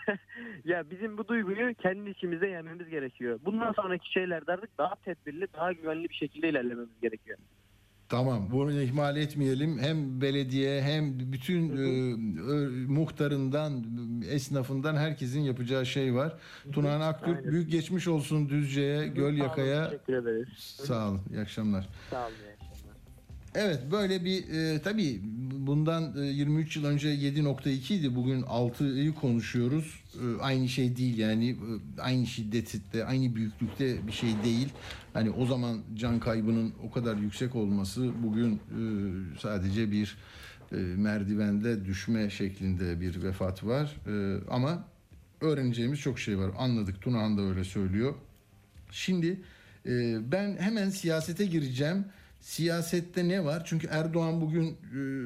Ya bizim bu duyguyu kendi içimizde yenmemiz gerekiyor. Bundan sonraki şeylerde artık daha tedbirli, daha güvenli bir şekilde ilerlememiz gerekiyor. Tamam, bunu ihmal etmeyelim. Hem belediye hem bütün e, ö- muhtarından, esnafından herkesin yapacağı şey var. Tunahan Aktürk Aynen. büyük geçmiş olsun Düzce'ye, Gölyaka'ya. Teşekkür ederiz. Sağ olun. İyi akşamlar. Sağ olun. iyi akşamlar. Evet böyle bir e, tabii bundan e, yirmi üç yıl önce yedi nokta iki idi. Bugün altıyı konuşuyoruz. E, aynı şey değil yani e, aynı şiddette, aynı büyüklükte bir şey değil. Hani o zaman can kaybının o kadar yüksek olması bugün e, sadece bir e, merdivende düşme şeklinde bir vefat var. E, ama öğreneceğimiz çok şey var. Anladık. Tunahan da öyle söylüyor. Şimdi e, ben hemen siyasete gireceğim. Siyasette ne var? Çünkü Erdoğan bugün e,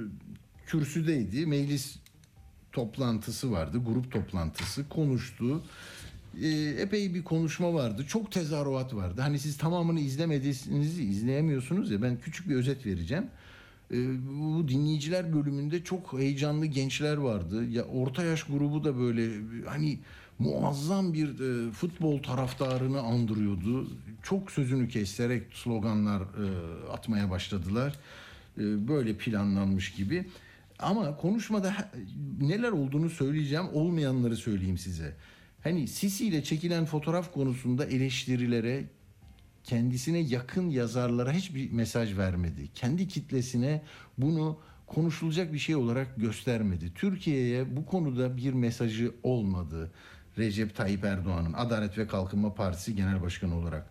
kürsüdeydi. Meclis toplantısı vardı, grup toplantısı konuştu. E, epey bir konuşma vardı. Çok tezahürat vardı. Hani siz tamamını izlemediyseniz izleyemiyorsunuz ya. Ben küçük bir özet vereceğim. E, bu dinleyiciler bölümünde çok heyecanlı gençler vardı. Ya orta yaş grubu da böyle hani muazzam bir e, futbol taraftarını andırıyordu. Çok sözünü keserek sloganlar e, atmaya başladılar. E, böyle planlanmış gibi. Ama konuşmada he- neler olduğunu söyleyeceğim, olmayanları söyleyeyim size. Hani Sisi ile çekilen fotoğraf konusunda eleştirilere, kendisine yakın yazarlara hiçbir mesaj vermedi. Kendi kitlesine bunu konuşulacak bir şey olarak göstermedi. Türkiye'ye bu konuda bir mesajı olmadı. Recep Tayyip Erdoğan'ın Adalet ve Kalkınma Partisi Genel Başkanı olarak.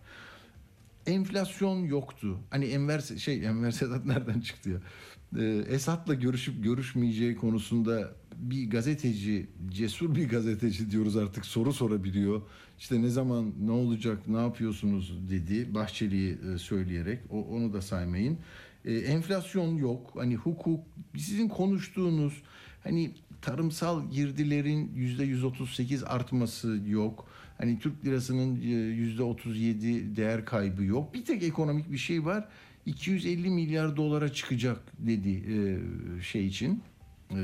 Enflasyon yoktu. Hani Enver şey Enver Sedat nereden çıktı ya? Ee, Esad'la görüşüp görüşmeyeceği konusunda bir gazeteci, cesur bir gazeteci diyoruz artık soru sorabiliyor. İşte ne zaman ne olacak, ne yapıyorsunuz dedi Bahçeli'yi e, söyleyerek. O, onu da saymayın. Ee, enflasyon yok. Hani hukuk, sizin konuştuğunuz hani tarımsal girdilerin yüzde yüz otuz sekiz artması yok. Hani Türk lirasının yüzde otuz yedi değer kaybı yok. Bir tek ekonomik bir şey var. iki yüz elli milyar dolara çıkacak dedi e, şey için, e,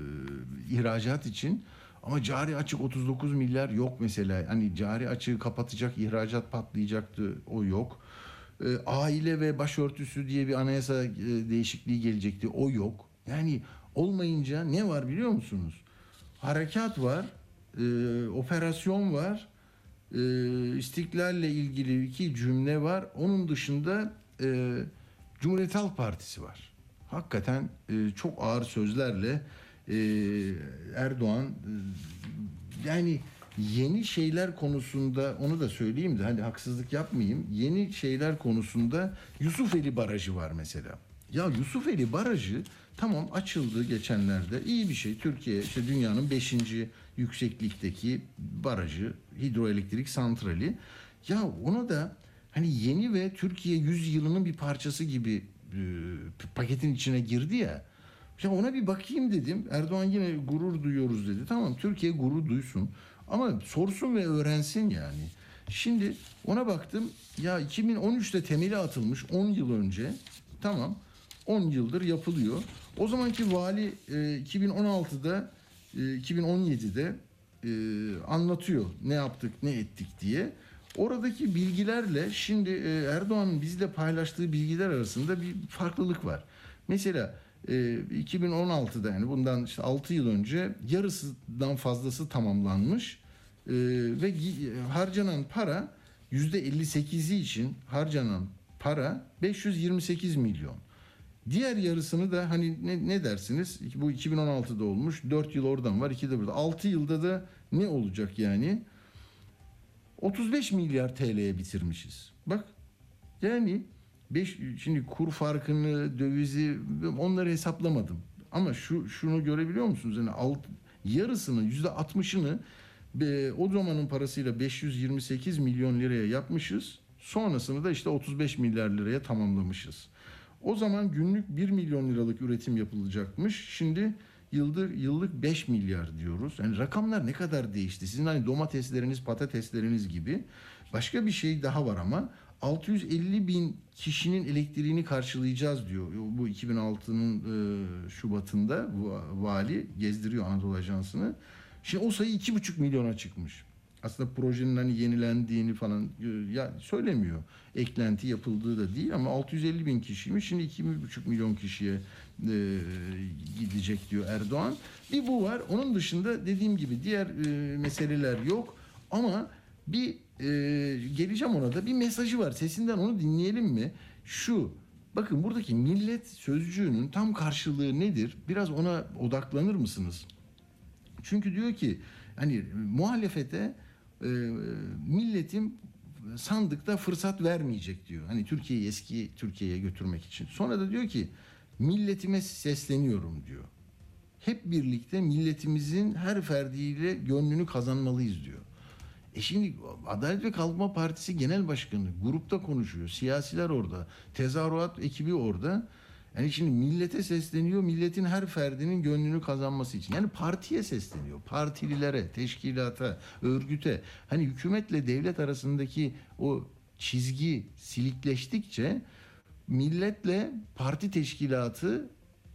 ihracat için. Ama cari açık otuz dokuz milyar yok mesela. Hani cari açığı kapatacak, ihracat patlayacaktı, o yok. E, aile ve başörtüsü diye bir anayasa e, değişikliği gelecekti, o yok. Yani olmayınca ne var biliyor musunuz? Harekat var, e, operasyon var. e, İstiklalle ilgili iki cümle var. Onun dışında e, Cumhuriyet Halk Partisi var. Hakikaten e, çok ağır sözlerle e, Erdoğan e, yani yeni şeyler konusunda, onu da söyleyeyim de hani haksızlık yapmayayım. Yeni şeyler konusunda Yusufeli Barajı var mesela. Ya Yusufeli Barajı tamam açıldı geçenlerde. İyi bir şey. Türkiye işte dünyanın beşinci yükseklikteki barajı, hidroelektrik santrali. Ya onu da hani yeni ve Türkiye yüz yılının bir parçası gibi e, paketin içine girdi ya. Ya ona bir bakayım dedim. Erdoğan yine gurur duyuyoruz dedi. Tamam, Türkiye gurur duysun. Ama sorsun ve öğrensin yani. Şimdi ona baktım. Ya iki bin on üçte temeli atılmış on yıl önce. Tamam. on yıldır yapılıyor. O zamanki vali e, iki bin on altıda e, iki bin on yedide e, anlatıyor ne yaptık ne ettik diye. Oradaki bilgilerle şimdi e, Erdoğan'ın bizle paylaştığı bilgiler arasında bir farklılık var. Mesela e, iki bin on altıda yani bundan işte altı yıl önce yarısından fazlası tamamlanmış e, ve harcanan para yüzde elli sekizi için harcanan para beş yüz yirmi sekiz milyon. Diğer yarısını da hani ne, ne dersiniz? Bu iki bin on altıda olmuş. dört yıl oradan var, iki de burada. altı yılda da ne olacak yani? otuz beş milyar T L'ye bitirmişiz. Bak yani beş, şimdi kur farkını, dövizi onları hesaplamadım. Ama şu şunu görebiliyor musunuz? Yani alt, yarısının yüzde altmışını o zamanın parasıyla beş yüz yirmi sekiz milyon liraya yapmışız. Sonrasını da işte otuz beş milyar liraya tamamlamışız. O zaman günlük bir milyon liralık üretim yapılacakmış. Şimdi yıldır yıllık beş milyar diyoruz. Yani rakamlar ne kadar değişti? Sizin hani domatesleriniz, patatesleriniz gibi. Başka bir şey daha var ama altı yüz elli bin kişinin elektriğini karşılayacağız diyor. Bu iki bin altının e, Şubat'ında bu vali gezdiriyor Anadolu Ajansı'nı. Şimdi o sayı iki buçuk milyona çıkmış. Aslında projenin hani yenilendiğini falan ya söylemiyor. Eklenti yapıldığı da değil ama altı yüz elli bin kişiymiş. Şimdi iki buçuk milyon kişiye e, gidecek diyor Erdoğan. Bir bu var. Onun dışında dediğim gibi diğer e, meseleler yok. Ama bir e, geleceğim ona da bir mesajı var. Sesinden onu dinleyelim mi? Şu. Bakın buradaki millet sözcüğünün tam karşılığı nedir? Biraz ona odaklanır mısınız? Çünkü diyor ki hani muhalefete e, milletim sandıkta fırsat vermeyecek diyor. Hani Türkiye'yi eski Türkiye'ye götürmek için. Sonra da diyor ki milletime sesleniyorum diyor. Hep birlikte milletimizin her ferdiyle gönlünü kazanmalıyız diyor. E şimdi Adalet ve Kalkınma Partisi Genel Başkanı grupta konuşuyor. Siyasiler orada. Tezahürat ekibi orada. Yani şimdi millete sesleniyor, milletin her ferdinin gönlünü kazanması için. Yani partiye sesleniyor, partililere, teşkilata, örgüte. Hani hükümetle devlet arasındaki o çizgi silikleştikçe milletle parti teşkilatı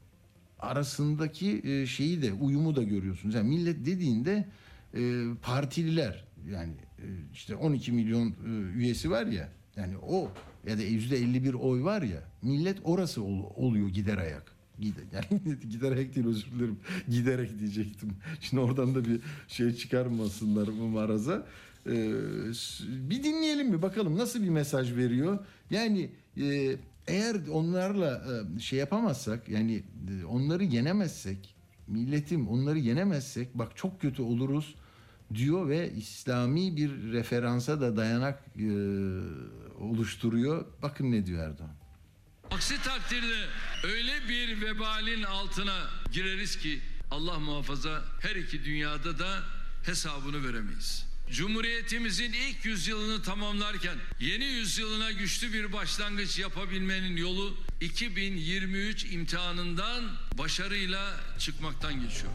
arasındaki şeyi de, uyumu da görüyorsunuz. Yani millet dediğinde partililer, yani işte on iki milyon üyesi var ya, yani o ya da yüzde elli bir oy var ya, millet orası ol, oluyor gider ayak. Gider, yani gider ayak değil, özür dilerim. Giderek diyecektim. Şimdi oradan da bir şey çıkarmasınlar bu maraza. Ee, bir dinleyelim mi bakalım nasıl bir mesaj veriyor. Yani e, eğer onlarla e, şey yapamazsak, yani e, onları yenemezsek, milletim onları yenemezsek bak çok kötü oluruz diyor ve İslami bir referansa da dayanak e, oluşturuyor. Bakın ne diyor Erdoğan. Aksi takdirde öyle bir vebalin altına gireriz ki Allah muhafaza her iki dünyada da hesabını veremeyiz. Cumhuriyetimizin ilk yüzyılını tamamlarken yeni yüzyılına güçlü bir başlangıç yapabilmenin yolu iki bin yirmi üç imtihanından başarıyla çıkmaktan geçiyor.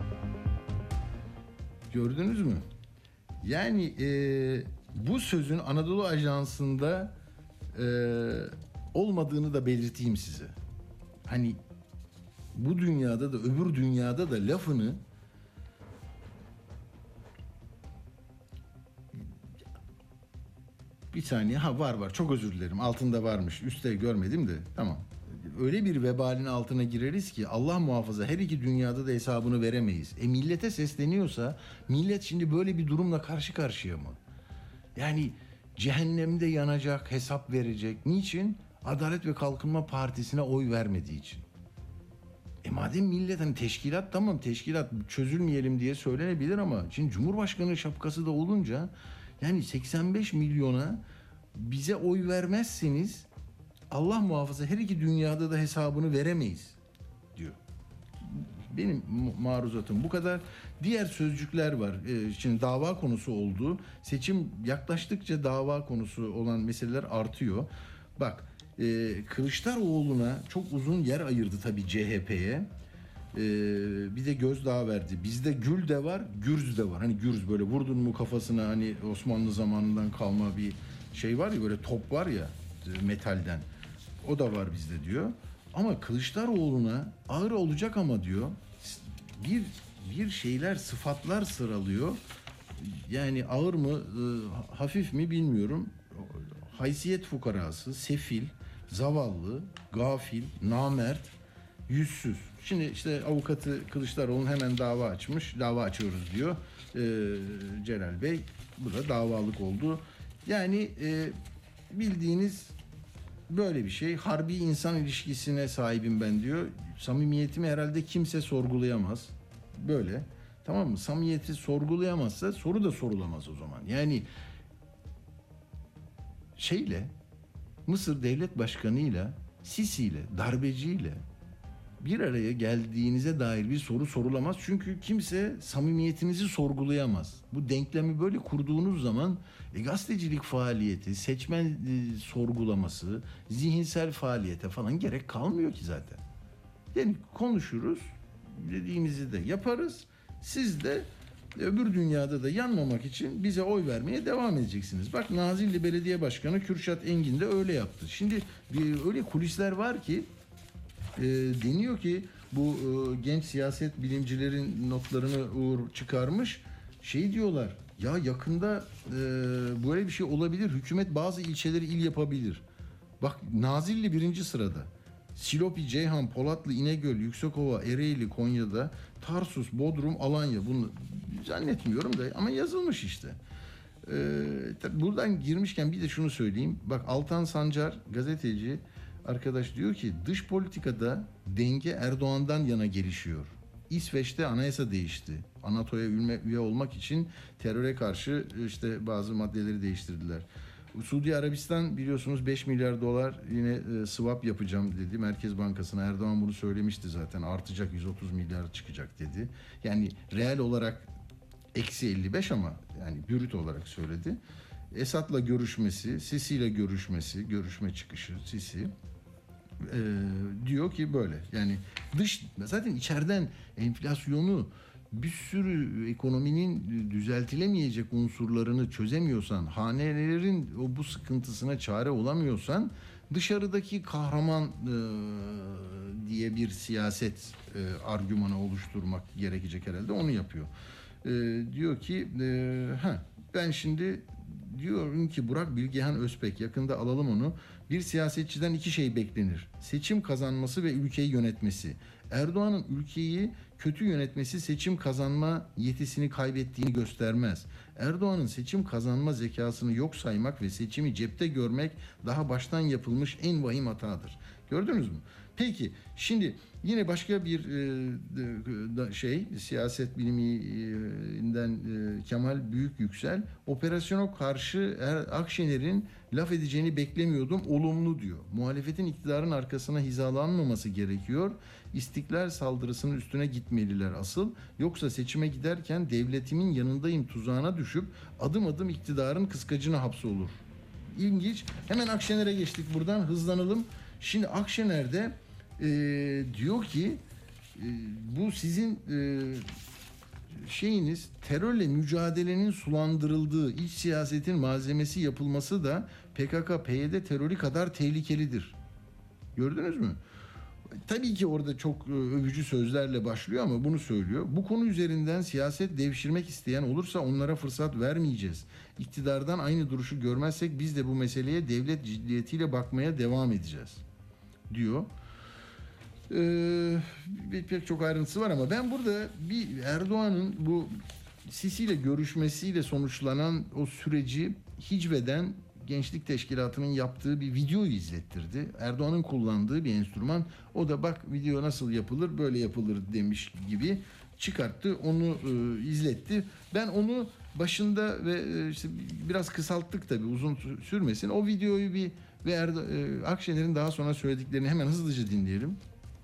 Gördünüz mü? Yani e, bu sözün Anadolu Ajansı'nda e, olmadığını da belirteyim size. Hani bu dünyada da öbür dünyada da lafını bir saniye ha var var çok özür dilerim, altında varmış, üstte görmedim de tamam. Öyle bir vebalin altına gireriz ki Allah muhafaza her iki dünyada da hesabını veremeyiz. E millete sesleniyorsa millet şimdi böyle bir durumla karşı karşıya mı? Yani cehennemde yanacak, hesap verecek. Niçin? Adalet ve Kalkınma Partisi'ne oy vermediği için. E madem millet, hani teşkilat, tamam teşkilat çözülmeyelim diye söylenebilir ama şimdi Cumhurbaşkanı şapkası da olunca yani seksen beş milyona bize oy vermezseniz Allah muhafaza her iki dünyada da hesabını veremeyiz diyor. Benim maruzatım bu kadar. Diğer sözcükler var. Ee, şimdi dava konusu oldu. Seçim yaklaştıkça dava konusu olan meseleler artıyor. Bak, e, Kılıçdaroğlu'na çok uzun yer ayırdı tabii C H P'ye. Ee, bir de gözdağı verdi. Bizde gül de var, gürz de var. Hani gürz, böyle vurdun mu kafasına, hani Osmanlı zamanından kalma bir şey var ya, böyle top var ya metalden. O da var bizde diyor. Ama Kılıçdaroğlu'na ağır olacak ama diyor, bir bir şeyler, sıfatlar sıralıyor. Yani ağır mı, e, hafif mi bilmiyorum. Haysiyet fukarası, sefil, zavallı, gafil, namert, yüzsüz. Şimdi işte avukatı Kılıçdaroğlu hemen dava açmış. Dava açıyoruz diyor ee, Celal Bey. Bu da davalık oldu. Yani e, bildiğiniz böyle bir şey. Harbi insan ilişkisine sahibim ben diyor. Samimiyetimi herhalde kimse sorgulayamaz. Böyle. Tamam mı? Samimiyeti sorgulayamazsa soru da sorulamaz o zaman. Yani şeyle, Mısır Devlet Başkanı'yla, Sisi'yle, darbeciyle bir araya geldiğinize dair bir soru sorulamaz. Çünkü kimse samimiyetinizi sorgulayamaz. Bu denklemi böyle kurduğunuz zaman e, gazetecilik faaliyeti, seçmen e, sorgulaması, zihinsel faaliyete falan gerek kalmıyor ki zaten. Yani konuşuruz, dediğimizi de yaparız. Siz de öbür dünyada da yanmamak için bize oy vermeye devam edeceksiniz. Bak, Nazilli Belediye Başkanı Kürşat Engin de öyle yaptı. Şimdi bir, öyle kulisler var ki e, deniyor ki bu e, genç siyaset bilimcilerin notlarını Uğur çıkarmış. Şey diyorlar ya, yakında e, böyle bir şey olabilir. Hükümet bazı ilçeleri il yapabilir. Bak, Nazilli birinci sırada. Silopi, Ceyhan, Polatlı, İnegöl, Yüksekova, Ereğli, Konya'da, Tarsus, Bodrum, Alanya. Bunu zannetmiyorum da ama yazılmış işte. Ee, buradan girmişken bir de şunu söyleyeyim. Bak, Altan Sancar gazeteci arkadaş diyor ki dış politikada denge Erdoğan'dan yana gelişiyor. İsveç'te anayasa değişti. A N A T O'ya üye olmak için teröre karşı işte bazı maddeleri değiştirdiler. Suudi Arabistan biliyorsunuz beş milyar dolar yine e, swap yapacağım dedi Merkez Bankası'na. Erdoğan bunu söylemişti zaten, artacak, yüz otuz milyar çıkacak dedi. Yani reel olarak eksi elli beş ama yani brüt olarak söyledi. Esad'la görüşmesi, Sisi ile görüşmesi, görüşme çıkışı Sisi e, diyor ki böyle. Yani dış, zaten içeriden enflasyonu, bir sürü ekonominin düzeltilemeyecek unsurlarını çözemiyorsan, hanelerin o bu sıkıntısına çare olamıyorsan, dışarıdaki kahraman e, diye bir siyaset e, argümanı oluşturmak gerekecek herhalde, onu yapıyor. E, diyor ki e, ha ben şimdi diyorum ki Burak Bilgehan Özpek, yakında alalım onu. Bir siyasetçiden iki şey beklenir: seçim kazanması ve ülkeyi yönetmesi. Erdoğan'ın ülkeyi kötü yönetmesi seçim kazanma yetisini kaybettiğini göstermez. Erdoğan'ın seçim kazanma zekasını yok saymak ve seçimi cepte görmek daha baştan yapılmış en vahim hatadır. Gördünüz mü? Peki, şimdi yine başka bir e, şey, siyaset biliminden e, Kemal Büyükyüksel, operasyona karşı er, Akşener'in laf edeceğini beklemiyordum, olumlu diyor. Muhalefetin iktidarın arkasına hizalanmaması gerekiyor. İstiklal saldırısının üstüne gitmeliler asıl. Yoksa seçime giderken devletimin yanındayım tuzağına düşüp adım adım iktidarın kıskacına hapsolur. İlginç. Hemen Akşener'e geçtik, buradan hızlanalım. Şimdi Akşener'de e, diyor ki e, bu sizin e, şeyiniz, terörle mücadelenin sulandırıldığı iç siyasetin malzemesi yapılması da P K K P Y D terörü kadar tehlikelidir. Gördünüz mü? Tabii ki orada çok övücü sözlerle başlıyor ama bunu söylüyor. Bu konu üzerinden siyaset devşirmek isteyen olursa onlara fırsat vermeyeceğiz. İktidardan aynı duruşu görmezsek biz de bu meseleye devlet ciddiyetiyle bakmaya devam edeceğiz diyor. Ee, pek çok ayrıntısı var ama ben burada bir Erdoğan'ın bu Sisi ile görüşmesiyle sonuçlanan o süreci Hicve'den Gençlik Teşkilatı'nın yaptığı bir videoyu izlettirdi. Erdoğan'ın kullandığı bir enstrüman. O da bak video nasıl yapılır, böyle yapılır demiş gibi çıkarttı. Onu e, izletti. Ben onu başında ve e, işte biraz kısalttık tabii, uzun sürmesin. O videoyu bir ve Erdo- e, Akşener'in daha sonra söylediklerini hemen hızlıca dinleyelim.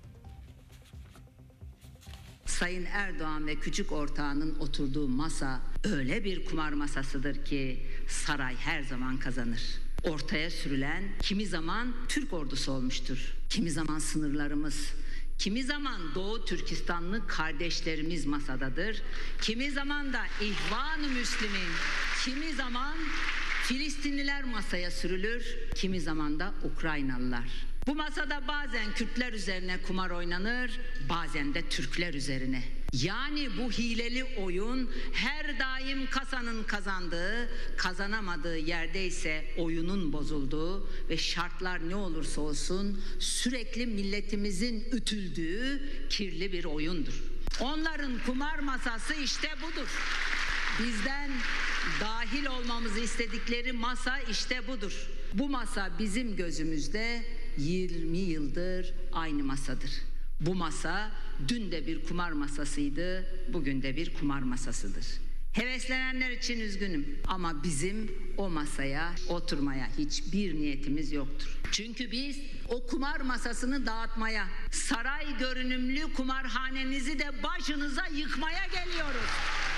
Sayın Erdoğan ve küçük ortağının oturduğu masa öyle bir kumar masasıdır ki saray her zaman kazanır. Ortaya sürülen kimi zaman Türk ordusu olmuştur, kimi zaman sınırlarımız, kimi zaman Doğu Türkistanlı kardeşlerimiz masadadır, kimi zaman da İhvan-ı Müslümin, kimi zaman Filistinliler masaya sürülür, kimi zaman da Ukraynalılar. Bu masada bazen Kürtler üzerine kumar oynanır, bazen de Türkler üzerine. Yani bu hileli oyun her daim kasanın kazandığı, kazanamadığı yerde ise oyunun bozulduğu ve şartlar ne olursa olsun sürekli milletimizin ütüldüğü kirli bir oyundur. Onların kumar masası işte budur. Bizden dahil olmamızı istedikleri masa işte budur. Bu masa bizim gözümüzde yirmi yıldır aynı masadır. Bu masa dün de bir kumar masasıydı, bugün de bir kumar masasıdır. Heveslenenler için üzgünüm ama bizim o masaya oturmaya hiçbir niyetimiz yoktur. Çünkü biz o kumar masasını dağıtmaya, saray görünümlü kumarhanenizi de başınıza yıkmaya geliyoruz.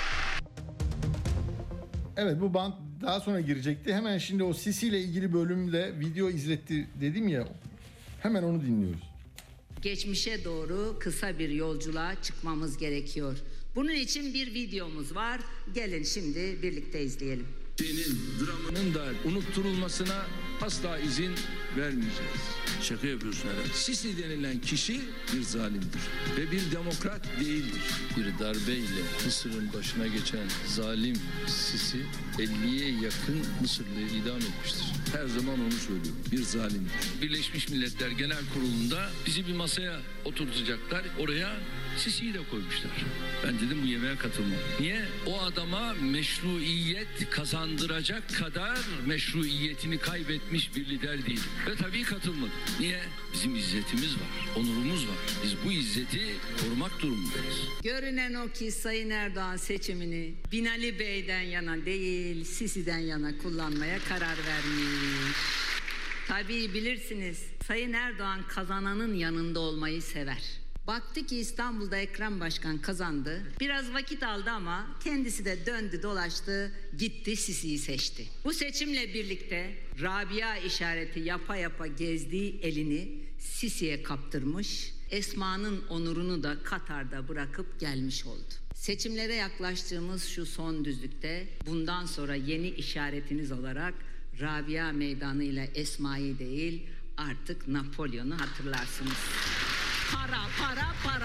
Evet, bu band daha sonra girecekti. Hemen şimdi o Sisi ile ilgili bölümle video izletti dedim ya. Hemen onu dinliyoruz. Geçmişe doğru kısa bir yolculuğa çıkmamız gerekiyor. Bunun için bir videomuz var. Gelin şimdi birlikte izleyelim. Senin dramının da unutturulmasına asla izin vermeyeceğiz. Şaka yapıyorsun herhalde. Sisi denilen kişi bir zalimdir ve bir demokrat değildir. Bir darbeyle Mısır'ın başına geçen zalim Sisi elliye yakın Mısırlı'yı idam etmiştir. Her zaman onu söylüyorum. Bir zalimdir. Birleşmiş Milletler Genel Kurulu'nda bizi bir masaya oturtacaklar. Oraya Sisi'yi de koymuşlar. Ben dedim bu yemeğe katılmam. Niye? O adama meşruiyet kazandıracak kadar meşruiyetini kaybetmiş bir lider değil. Ve tabii katılmadım. Niye? Bizim izzetimiz var, onurumuz var. Biz bu izzeti korumak durumundayız. Görünen o ki Sayın Erdoğan seçimini Binali Bey'den yana değil, Sisi'den yana kullanmaya karar vermiş. Tabii bilirsiniz, Sayın Erdoğan kazananın yanında olmayı sever. Baktı ki İstanbul'da Ekrem Başkan kazandı. Biraz vakit aldı ama kendisi de döndü dolaştı, gitti Sisi'yi seçti. Bu seçimle birlikte Rabia işareti yapa yapa gezdiği elini Sisi'ye kaptırmış, Esma'nın onurunu da Katar'da bırakıp gelmiş oldu. Seçimlere yaklaştığımız şu son düzlükte bundan sonra yeni işaretiniz olarak Rabia Meydanı ile Esma'yı değil artık Napolyon'u hatırlarsınız. Para, para, para.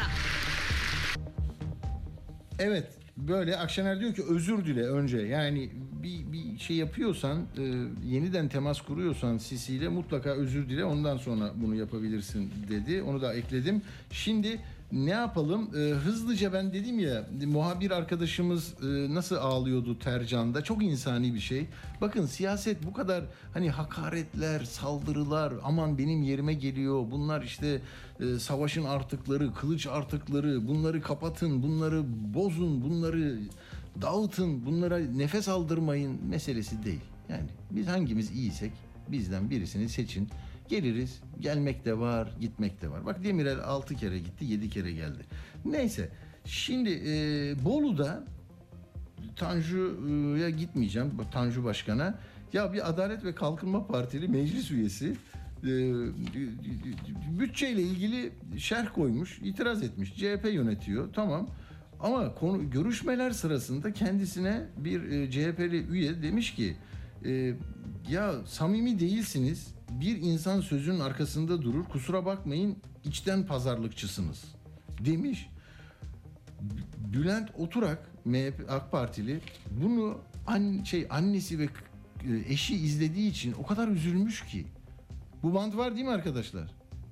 Evet, böyle Akşener diyor ki özür dile önce. Yani bir, bir şey yapıyorsan, e, yeniden temas kuruyorsan Sisi ile mutlaka özür dile, ondan sonra bunu yapabilirsin dedi. Onu da ekledim. Şimdi ne yapalım? E, hızlıca ben dedim ya, muhabir arkadaşımız e, nasıl ağlıyordu Tercan'da. Çok insani bir şey. Bakın siyaset bu kadar hani hakaretler, saldırılar, aman benim yerime geliyor. Bunlar işte e, savaşın artıkları, kılıç artıkları, bunları kapatın, bunları bozun, bunları dağıtın, bunlara nefes aldırmayın meselesi değil. Yani biz hangimiz iyiysek bizden birisini seçin. Geliriz. Gelmek de var, gitmek de var. Bak Demirel altı kere gitti, yedi kere geldi. Neyse. Şimdi e, Bolu'da Tanju'ya gitmeyeceğim. Tanju Başkan'a. Ya bir Adalet ve Kalkınma Partili meclis üyesi e, bütçeyle ilgili şerh koymuş, itiraz etmiş. C H P yönetiyor. Tamam. Ama konu görüşmeler sırasında kendisine bir e, C H P'li üye demiş ki e, ya samimi değilsiniz. Bir insan sözünün arkasında durur. Kusura bakmayın, içten pazarlıkçısınız demiş. Bülent Oturak, M H P AK Partili, bunu an, şey annesi ve eşi izlediği için o kadar üzülmüş ki. Bu band var değil mi arkadaşlar?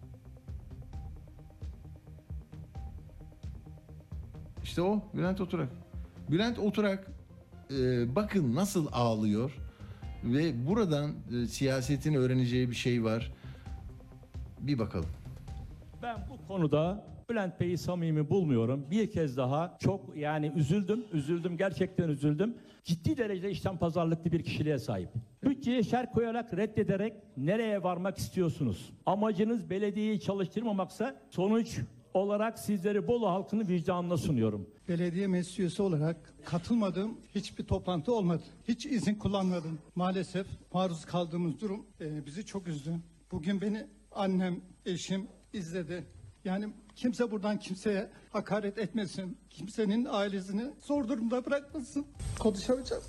İşte o Bülent Oturak. Bülent Oturak e, bakın nasıl ağlıyor Ve buradan e, siyasetin öğreneceği bir şey var. Bir bakalım. Ben bu konuda Bülent Bey'i samimi bulmuyorum. Bir kez daha çok yani üzüldüm, üzüldüm, gerçekten üzüldüm. Ciddi derecede işten pazarlıklı bir kişiliğe sahip. Bütçeye şer koyarak, reddederek nereye varmak istiyorsunuz? Amacınız belediyeyi çalıştırmamaksa sonuç olarak sizleri Bolu halkının vicdanına sunuyorum. Belediye meclis üyesi olarak katılmadığım hiçbir toplantı olmadı. Hiç izin kullanmadım. Maalesef maruz kaldığımız durum e, bizi çok üzdü. Bugün beni annem, eşim izledi. Yani kimse buradan kimseye hakaret etmesin. Kimsenin ailesini zor durumda bırakmasın. Konuşamayacağız.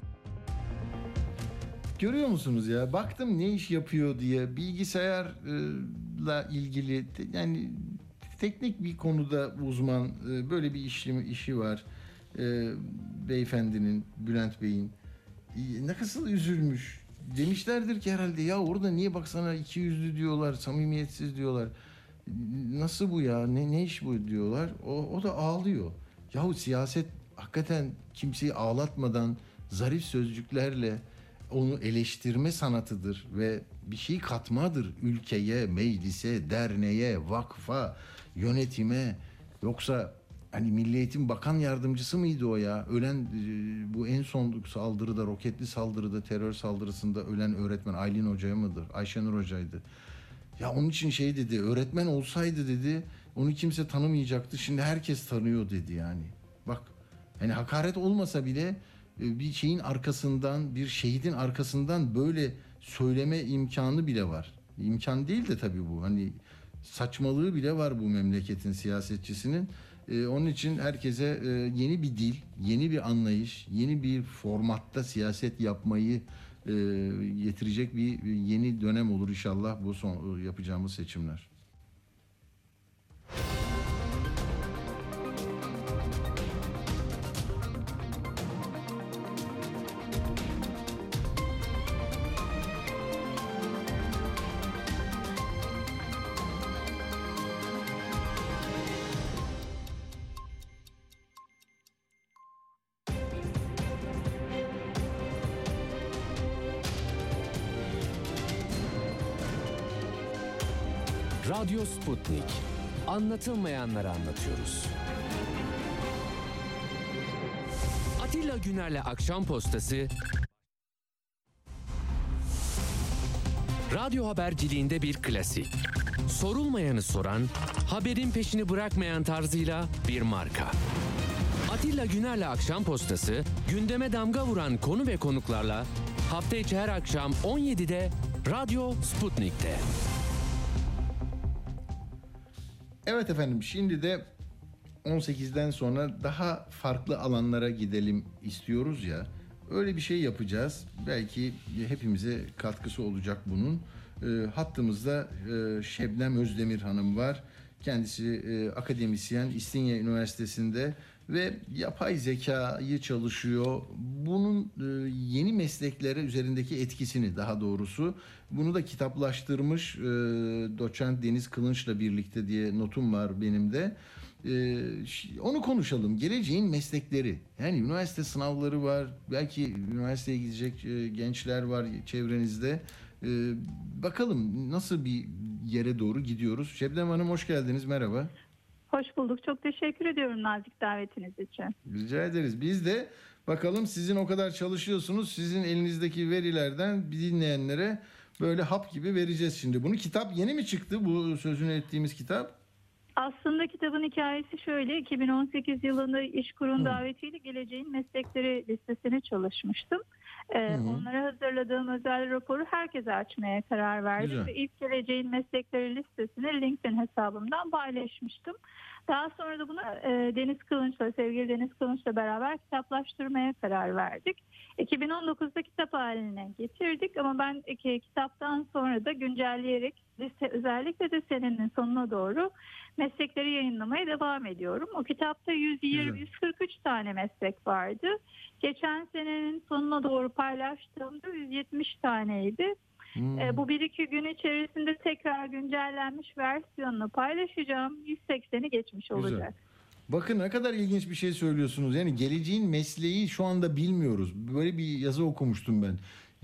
Görüyor musunuz ya? Baktım ne iş yapıyor diye bilgisayarla ilgili yani teknik bir konuda uzman böyle bir işlemi işi var. Beyefendinin, Bülent Bey'in ne kadar üzülmüş. Demişlerdir ki herhalde ya orada niye baksana iki yüzlü diyorlar, samimiyetsiz diyorlar. Nasıl bu ya? Ne ne iş bu diyorlar. O, o da ağlıyor. Yahu siyaset hakikaten kimseyi ağlatmadan zarif sözcüklerle onu eleştirme sanatıdır ve bir şey katmadır ülkeye, meclise, derneğe, vakfa, yönetime. Yoksa hani Milli Eğitim Bakan Yardımcısı mıydı o ya? Ölen bu en son saldırıda, roketli saldırıda, terör saldırısında ölen öğretmen Aylin Hoca'ya mıdır? Ayşenur Hoca'ydı. Ya onun için şey dedi, öğretmen olsaydı dedi, onu kimse tanımayacaktı. Şimdi herkes tanıyor dedi yani. Bak, hani hakaret olmasa bile bir şeyin arkasından, bir şehidin arkasından böyle söyleme imkanı bile var. İmkan değil de tabii bu. Hani saçmalığı bile var bu memleketin siyasetçisinin. Ee, onun için herkese e, yeni bir dil, yeni bir anlayış, yeni bir formatta siyaset yapmayı e, getirecek bir yeni dönem olur inşallah bu son yapacağımız seçimler. Radyo Sputnik. Anlatılmayanları anlatıyoruz. Atilla Güner'le Akşam Postası radyo haberciliğinde bir klasik. Sorulmayanı soran, haberin peşini bırakmayan tarzıyla bir marka. Atilla Güner'le Akşam Postası gündeme damga vuran konu ve konuklarla hafta içi her akşam on yedide Radyo Sputnik'te. Evet efendim, şimdi de on sekizden sonra daha farklı alanlara gidelim istiyoruz ya. Öyle bir şey yapacağız. Belki hepimize katkısı olacak bunun. E, hattımızda e, Şebnem Özdemir Hanım var. Kendisi e, akademisyen, İstinye Üniversitesi'nde ve yapay zekayı çalışıyor. Bunun e, yeni mesleklere üzerindeki etkisini, daha doğrusu bunu da kitaplaştırmış e, doçent Deniz Kılınç'la birlikte diye notum var benim de. E, onu konuşalım. Geleceğin meslekleri. Yani üniversite sınavları var. Belki üniversiteye gidecek e, gençler var çevrenizde. E, bakalım nasıl bir yere doğru gidiyoruz. Şebnem Hanım hoş geldiniz. Merhaba. Hoş bulduk. Çok teşekkür ediyorum nazik davetiniz için. Rica ederiz. Biz de bakalım sizin o kadar çalışıyorsunuz. Sizin elinizdeki verilerden bir dinleyenlere böyle hap gibi vereceğiz şimdi. Bunu kitap yeni mi çıktı, bu sözünü ettiğimiz kitap? Aslında kitabın hikayesi şöyle. iki bin on sekiz yılında İşkur'un davetiyle geleceğin meslekleri listesine çalışmıştım. Ee, onlara hazırladığım özel raporu herkese açmaya karar verdim. Güzel. Ve ilk geleceğin meslekleri listesini LinkedIn hesabımdan paylaşmıştım. Daha sonra da bunu e, Deniz Kılınç'la, sevgili Deniz Kılınç'la beraber kitaplaştırmaya karar verdik. iki bin on dokuzda kitap haline getirdik ama ben iki, kitaptan sonra da güncelleyerek liste, özellikle de senenin sonuna doğru meslekleri yayınlamaya devam ediyorum. O kitapta yüz yirmi yüz kırk üç tane meslek vardı. Geçen senenin sonuna doğru paylaştığımda yüz yetmiş taneydi. Hmm. E, bu bir iki gün içerisinde tekrar güncellenmiş versiyonunu paylaşacağım. yüz sekseni geçmiş olacak. Güzel. Bakın ne kadar ilginç bir şey söylüyorsunuz. Yani geleceğin mesleği şu anda bilmiyoruz. Böyle bir yazı okumuştum ben.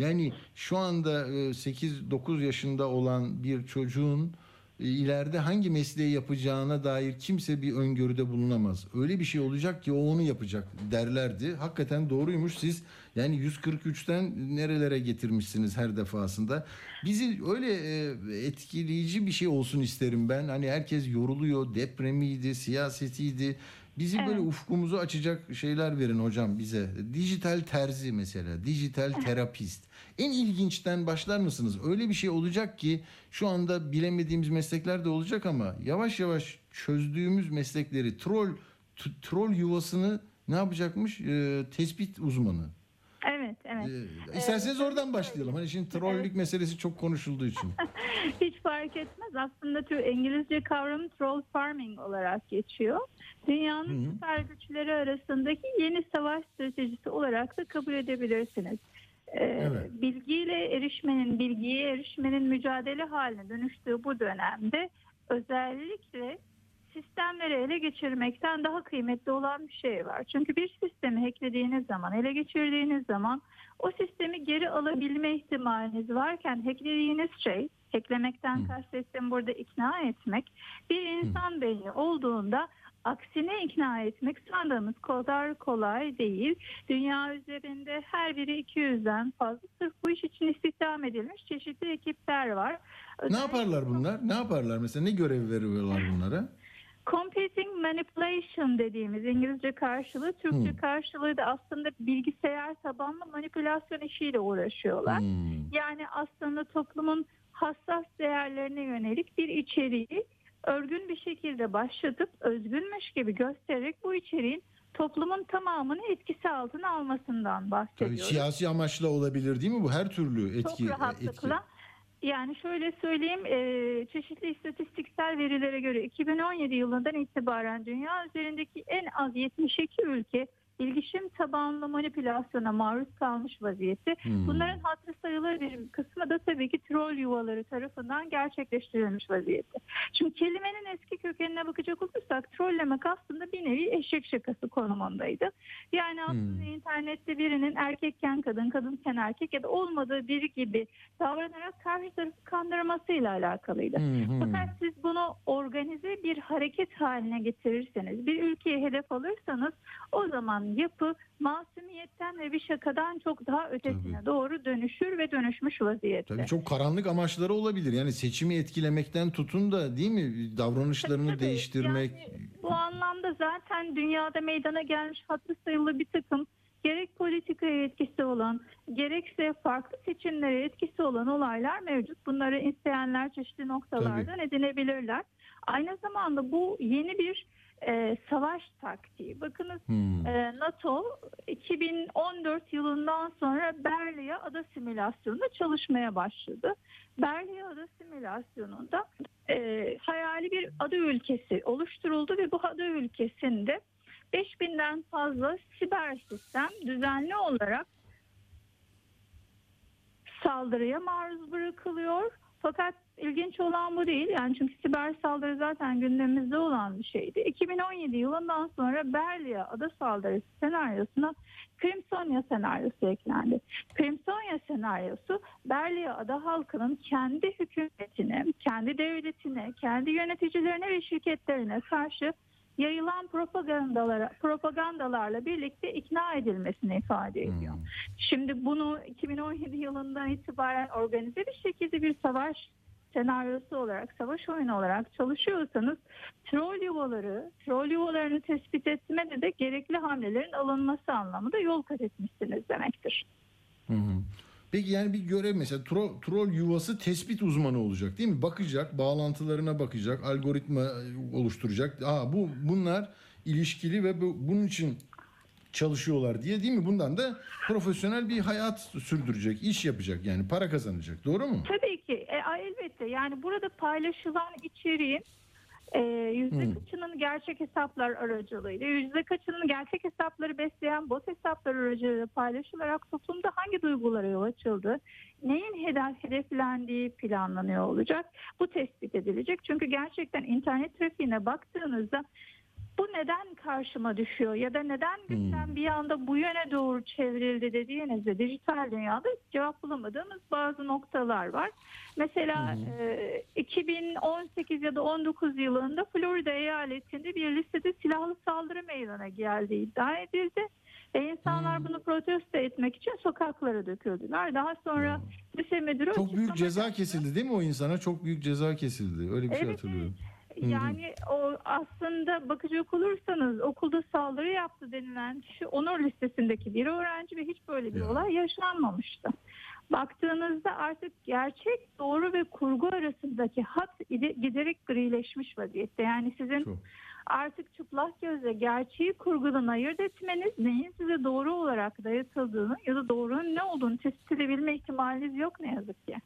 Yani şu anda sekiz dokuz yaşında olan bir çocuğun ileride hangi mesleği yapacağına dair kimse bir öngörüde bulunamaz. Öyle bir şey olacak ki o onu yapacak derlerdi. Hakikaten doğruymuş. Siz yani yüz kırk üçten nerelere getirmişsiniz her defasında. Bizi öyle etkileyici bir şey olsun isterim ben. Hani herkes yoruluyor. Depremiydi, siyasetiydi. Bizi evet. böyle ufkumuzu açacak şeyler verin hocam bize. Dijital terzi mesela, dijital terapist. En ilginçten başlar mısınız? Öyle bir şey olacak ki şu anda bilemediğimiz meslekler de olacak ama yavaş yavaş çözdüğümüz meslekleri troll t- troll yuvasını ne yapacakmış? Ee, tespit uzmanı. Evet, evet. Ee, isterseniz ee, oradan başlayalım. Hani şimdi trollük evet. meselesi çok konuşulduğu için. Hiç fark etmez. Aslında tür İngilizce kavramı troll farming olarak geçiyor. Dünyanın Hı-hı. süper güçleri arasındaki yeni savaş stratejisi olarak da kabul edebilirsiniz. Ee, evet. Bilgiyle erişmenin, bilgiye erişmenin mücadele haline dönüştüğü bu dönemde özellikle sistemleri ele geçirmekten daha kıymetli olan bir şey var. Çünkü bir sistemi hacklediğiniz zaman, ele geçirdiğiniz zaman o sistemi geri alabilme ihtimaliniz varken hacklediğiniz şey, hacklemekten hmm. kastettiğim burada ikna etmek, bir insan hmm. beyni olduğunda aksine ikna etmek sandığımız kadar kolay değil. Dünya üzerinde her biri iki yüzden fazla sırf bu iş için istihdam edilmiş çeşitli ekipler var. Özellikle ne yaparlar bunlar? Ne yaparlar mesela? Ne görev veriyorlar bunlara? Computing manipulation dediğimiz İngilizce karşılığı, Türkçe hmm. karşılığı da aslında bilgisayar tabanlı manipülasyon işiyle uğraşıyorlar. Hmm. Yani aslında toplumun hassas değerlerine yönelik bir içeriği örgün bir şekilde başlatıp özgünmüş gibi göstererek bu içeriğin toplumun tamamını etkisi altına almasından bahsediyoruz. Tabii siyasi amaçla olabilir değil mi bu? Her türlü etki. Çok rahatlıkla. Etki. Yani şöyle söyleyeyim, e, çeşitli istatistiksel verilere göre iki bin on yedi yılından itibaren dünya üzerindeki en az yetmiş iki ülke bilişim tabanlı manipülasyona maruz kalmış vaziyette. Hmm. Bunların hatırı sayılır bir kısmı da tabii ki troll yuvaları tarafından gerçekleştirilmiş vaziyette. Şimdi kelimenin eski kökenine bakacak olursak trollemek aslında bir nevi eşek şakası konumundaydı. Yani aslında hmm. internette birinin erkekken kadın, kadınken erkek ya da olmadığı biri gibi davranarak karşı tarafı kandırmasıyla alakalıydı. Hmm. Fakat siz bunu organize bir hareket haline getirirseniz, bir ülkeye hedef alırsanız o zaman yapı masumiyetten ve bir şakadan çok daha ötesine Tabii. doğru dönüşür ve dönüşmüş vaziyette. Tabii çok karanlık amaçları olabilir. Yani seçimi etkilemekten tutun da değil mi? Davranışlarını Tabii. değiştirmek. Yani bu anlamda zaten dünyada meydana gelmiş hatırı sayılı bir takım gerek politikaya etkisi olan, gerekse farklı seçimlere etkisi olan olaylar mevcut. Bunları isteyenler çeşitli noktalardan Tabii. edinebilirler. Aynı zamanda bu yeni bir E, savaş taktiği. Bakınız hmm. e, NATO iki bin on dört yılından sonra Berlia ada simülasyonunda çalışmaya başladı. Berlia ada simülasyonunda e, hayali bir ada ülkesi oluşturuldu ve bu ada ülkesinde beş binden fazla siber sistem düzenli olarak saldırıya maruz bırakılıyor. Fakat ilginç olan bu değil. Yani çünkü siber saldırı zaten gündemimizde olan bir şeydi. iki bin on yedi yılından sonra Berlia ada saldırısı senaryosuna Crimsonia senaryosu eklendi. Crimsonia senaryosu Berlia ada halkının kendi hükümetine, kendi devletine, kendi yöneticilerine ve şirketlerine karşı yayılan propagandalara, propagandalarla birlikte ikna edilmesini ifade ediyor. Hmm. Şimdi bunu iki bin on yedi yılından itibaren organize bir şekilde bir savaş senaryosu olarak, savaş oyunu olarak çalışıyorsanız troll yuvaları, troll yuvalarını tespit etmede de gerekli hamlelerin alınması anlamında yol kat etmişsiniz demektir. Hı hı. Peki yani bir görev mesela troll, troll yuvası tespit uzmanı olacak değil mi? Bakacak, bağlantılarına bakacak, algoritma oluşturacak. Aa bu bunlar ilişkili ve bu, bunun için çalışıyorlar diye değil mi? Bundan da profesyonel bir hayat sürdürecek, iş yapacak yani para kazanacak. Doğru mu? Tabii ki. E, elbette. Yani burada paylaşılan içeriğin e, yüzde hmm. kaçının gerçek hesaplar aracılığıyla, yüzde kaçının gerçek hesapları besleyen bot hesaplar aracılığıyla paylaşılarak toplumda hangi duygulara yol açıldı, neyin hedef, hedeflendiği planlanıyor olacak. Bu tespit edilecek. Çünkü gerçekten internet trafiğine baktığınızda bu neden karşıma düşüyor ya da neden gündem bir anda bu yöne doğru çevrildi dediğinizde dijital dünyada cevap bulamadığımız bazı noktalar var. Mesela e, iki bin on sekiz ya da on dokuz yılında Florida eyaletinde bir listede silahlı saldırı meydana geldiği iddia edildi. Ve insanlar bunu protesto etmek için sokaklara döküldüler. Daha sonra lise müdürü Çok büyük açıklama ceza yaptı. kesildi değil mi o insana? Çok büyük ceza kesildi. Öyle bir şey Evet, hatırlıyorum. Yani o aslında bakacak olursanız okulda saldırı yaptı denilen kişi onur listesindeki bir öğrenci ve hiç böyle bir Ya. olay yaşanmamıştı. Baktığınızda artık gerçek, doğru ve kurgu arasındaki hat ide- giderek grileşmiş vaziyette. Yani sizin Çok. artık çıplak gözle gerçeği kurgudan ayırt etmeniz, neyin size doğru olarak dayatıldığını ya da doğrunun ne olduğunu tespit edebilme ihtimaliniz yok ne yazık ki.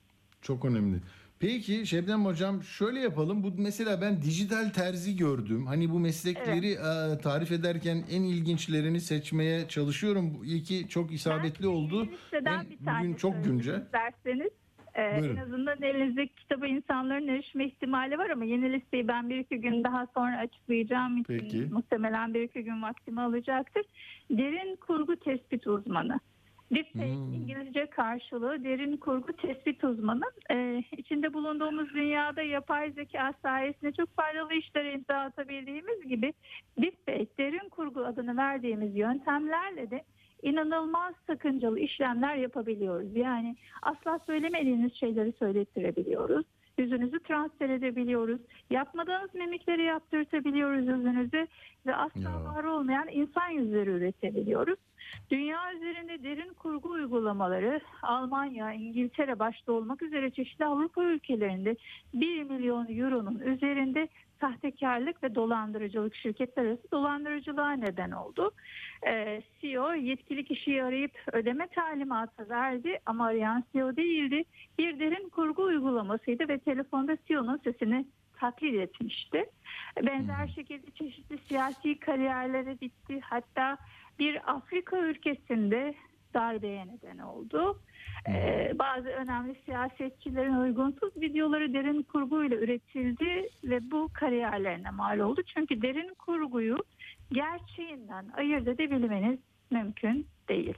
Çok önemli. Peki Şebnem Hocam şöyle yapalım. Bu mesela ben dijital terzi gördüm. Hani bu meslekleri e, tarif ederken en ilginçlerini seçmeye çalışıyorum. Bu ilki çok isabetli oldu. Listeden En- bir tane bugün çok söyleyeyim güncel. isterseniz. Ee, Buyurun. en azından elinizdeki kitaba insanların erişme ihtimali var ama yeni listeyi ben bir iki gün daha sonra açıklayacağım için Peki. muhtemelen bir iki gün vaktimi alacaktır. Derin kurgu tespit uzmanı. Deepfake Hmm. İngilizce karşılığı derin kurgu tespit uzmanı. Ee, içinde bulunduğumuz dünyada yapay zeka sayesinde çok faydalı işlere imza atabildiğimiz gibi deepfake derin kurgu adını verdiğimiz yöntemlerle de inanılmaz sakıncalı işlemler yapabiliyoruz. Yani asla söylemediğiniz şeyleri söylettirebiliyoruz. Yüzünüzü transfer edebiliyoruz. Yapmadığınız mimikleri yaptırtabiliyoruz yüzünüzü ve asla Ya. var olmayan insan yüzleri üretebiliyoruz. Dünya üzerinde derin kurgu uygulamaları Almanya, İngiltere başta olmak üzere çeşitli Avrupa ülkelerinde bir milyon euronun üzerinde sahtekarlık ve dolandırıcılık, şirketler arası dolandırıcılığa neden oldu. Ee, C E O yetkili kişiyi arayıp ödeme talimatı verdi ama arayan C E O değildi. Bir derin kurgu uygulamasıydı ve telefonda C E O'nun sesini taklit etmişti. Benzer şekilde çeşitli siyasi kariyerlere bitti. Hatta bir Afrika ülkesinde darbeye neden oldu. Ee, bazı önemli siyasetçilerin uygunsuz videoları derin kurguyla üretildi ve bu kariyerlerine mal oldu. Çünkü derin kurguyu gerçeğinden ayırt edebilmeniz mümkün değil.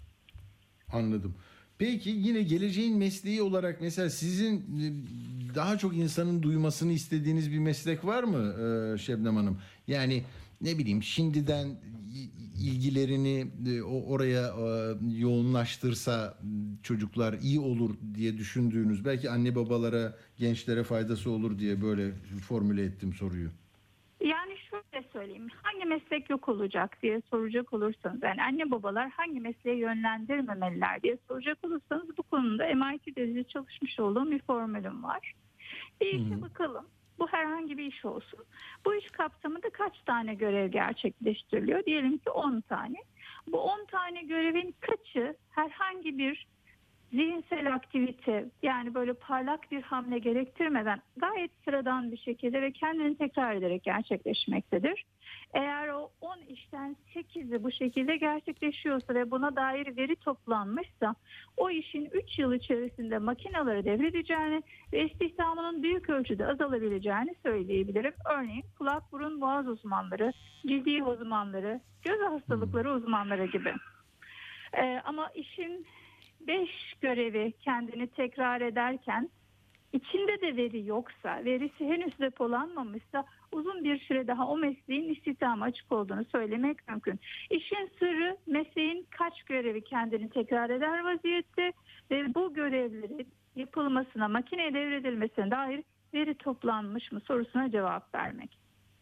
Anladım. Peki yine geleceğin mesleği olarak mesela sizin e, daha çok insanın duymasını istediğiniz bir meslek var mı e, Şebnem Hanım? Yani ne bileyim şimdiden i- ilgilerini e, o oraya e, yoğunlaştırsa m, çocuklar iyi olur diye düşündüğünüz, belki anne babalara, gençlere faydası olur diye böyle formüle ettim soruyu. Yani şöyle söyleyeyim, hangi meslek yok olacak diye soracak olursanız, yani anne babalar hangi mesleğe yönlendirmemeliler diye soracak olursanız bu konuda M I T'de çalışmış olduğum bir formülüm var. Bir işe bakalım. Bu herhangi bir iş olsun. Bu iş kapsamında kaç tane görev gerçekleştiriliyor? Diyelim ki on tane. Bu on tane görevin kaçı herhangi bir zihinsel aktivite, yani böyle parlak bir hamle gerektirmeden gayet sıradan bir şekilde ve kendini tekrar ederek gerçekleşmektedir. Eğer o on işten sekizi bu şekilde gerçekleşiyorsa ve buna dair veri toplanmışsa o işin üç yıl içerisinde makineleri devredeceğini ve istihdamının büyük ölçüde azalabileceğini söyleyebilirim. Örneğin kulak, burun, boğaz uzmanları, cildi uzmanları, göz hastalıkları uzmanları gibi. Ee, ama işin beş görevi kendini tekrar ederken içinde de veri yoksa, verisi henüz depolanmamışsa uzun bir süre daha o mesleğin istihdama açık olduğunu söylemek mümkün. İşin sırrı mesleğin kaç görevi kendini tekrar eder vaziyette ve bu görevlerin yapılmasına, makineye devredilmesine dair veri toplanmış mı sorusuna cevap vermek.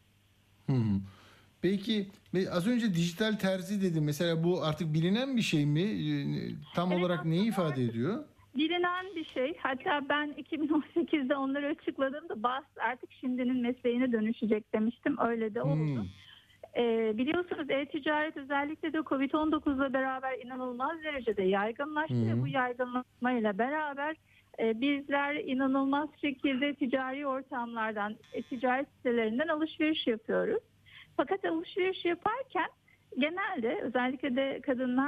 Hı hı. Peki ve az önce dijital terzi dedim. Mesela bu artık bilinen bir şey mi? Ee, Tam Evet, olarak neyi ifade ediyor? Bilinen bir şey. Hatta ben iki bin on sekizde onları açıkladığımda Bas artık şimdinin mesleğine dönüşecek demiştim. Öyle de oldu. Hmm. Ee, biliyorsunuz e-ticaret özellikle de kovid on dokuzla beraber inanılmaz derecede yaygınlaştı Hı hı. ve bu yaygınlaşmayla beraber e, bizler inanılmaz şekilde ticari ortamlardan, e, ticaret sitelerinden alışveriş yapıyoruz. Fakat alışveriş yaparken genelde özellikle de kadınlar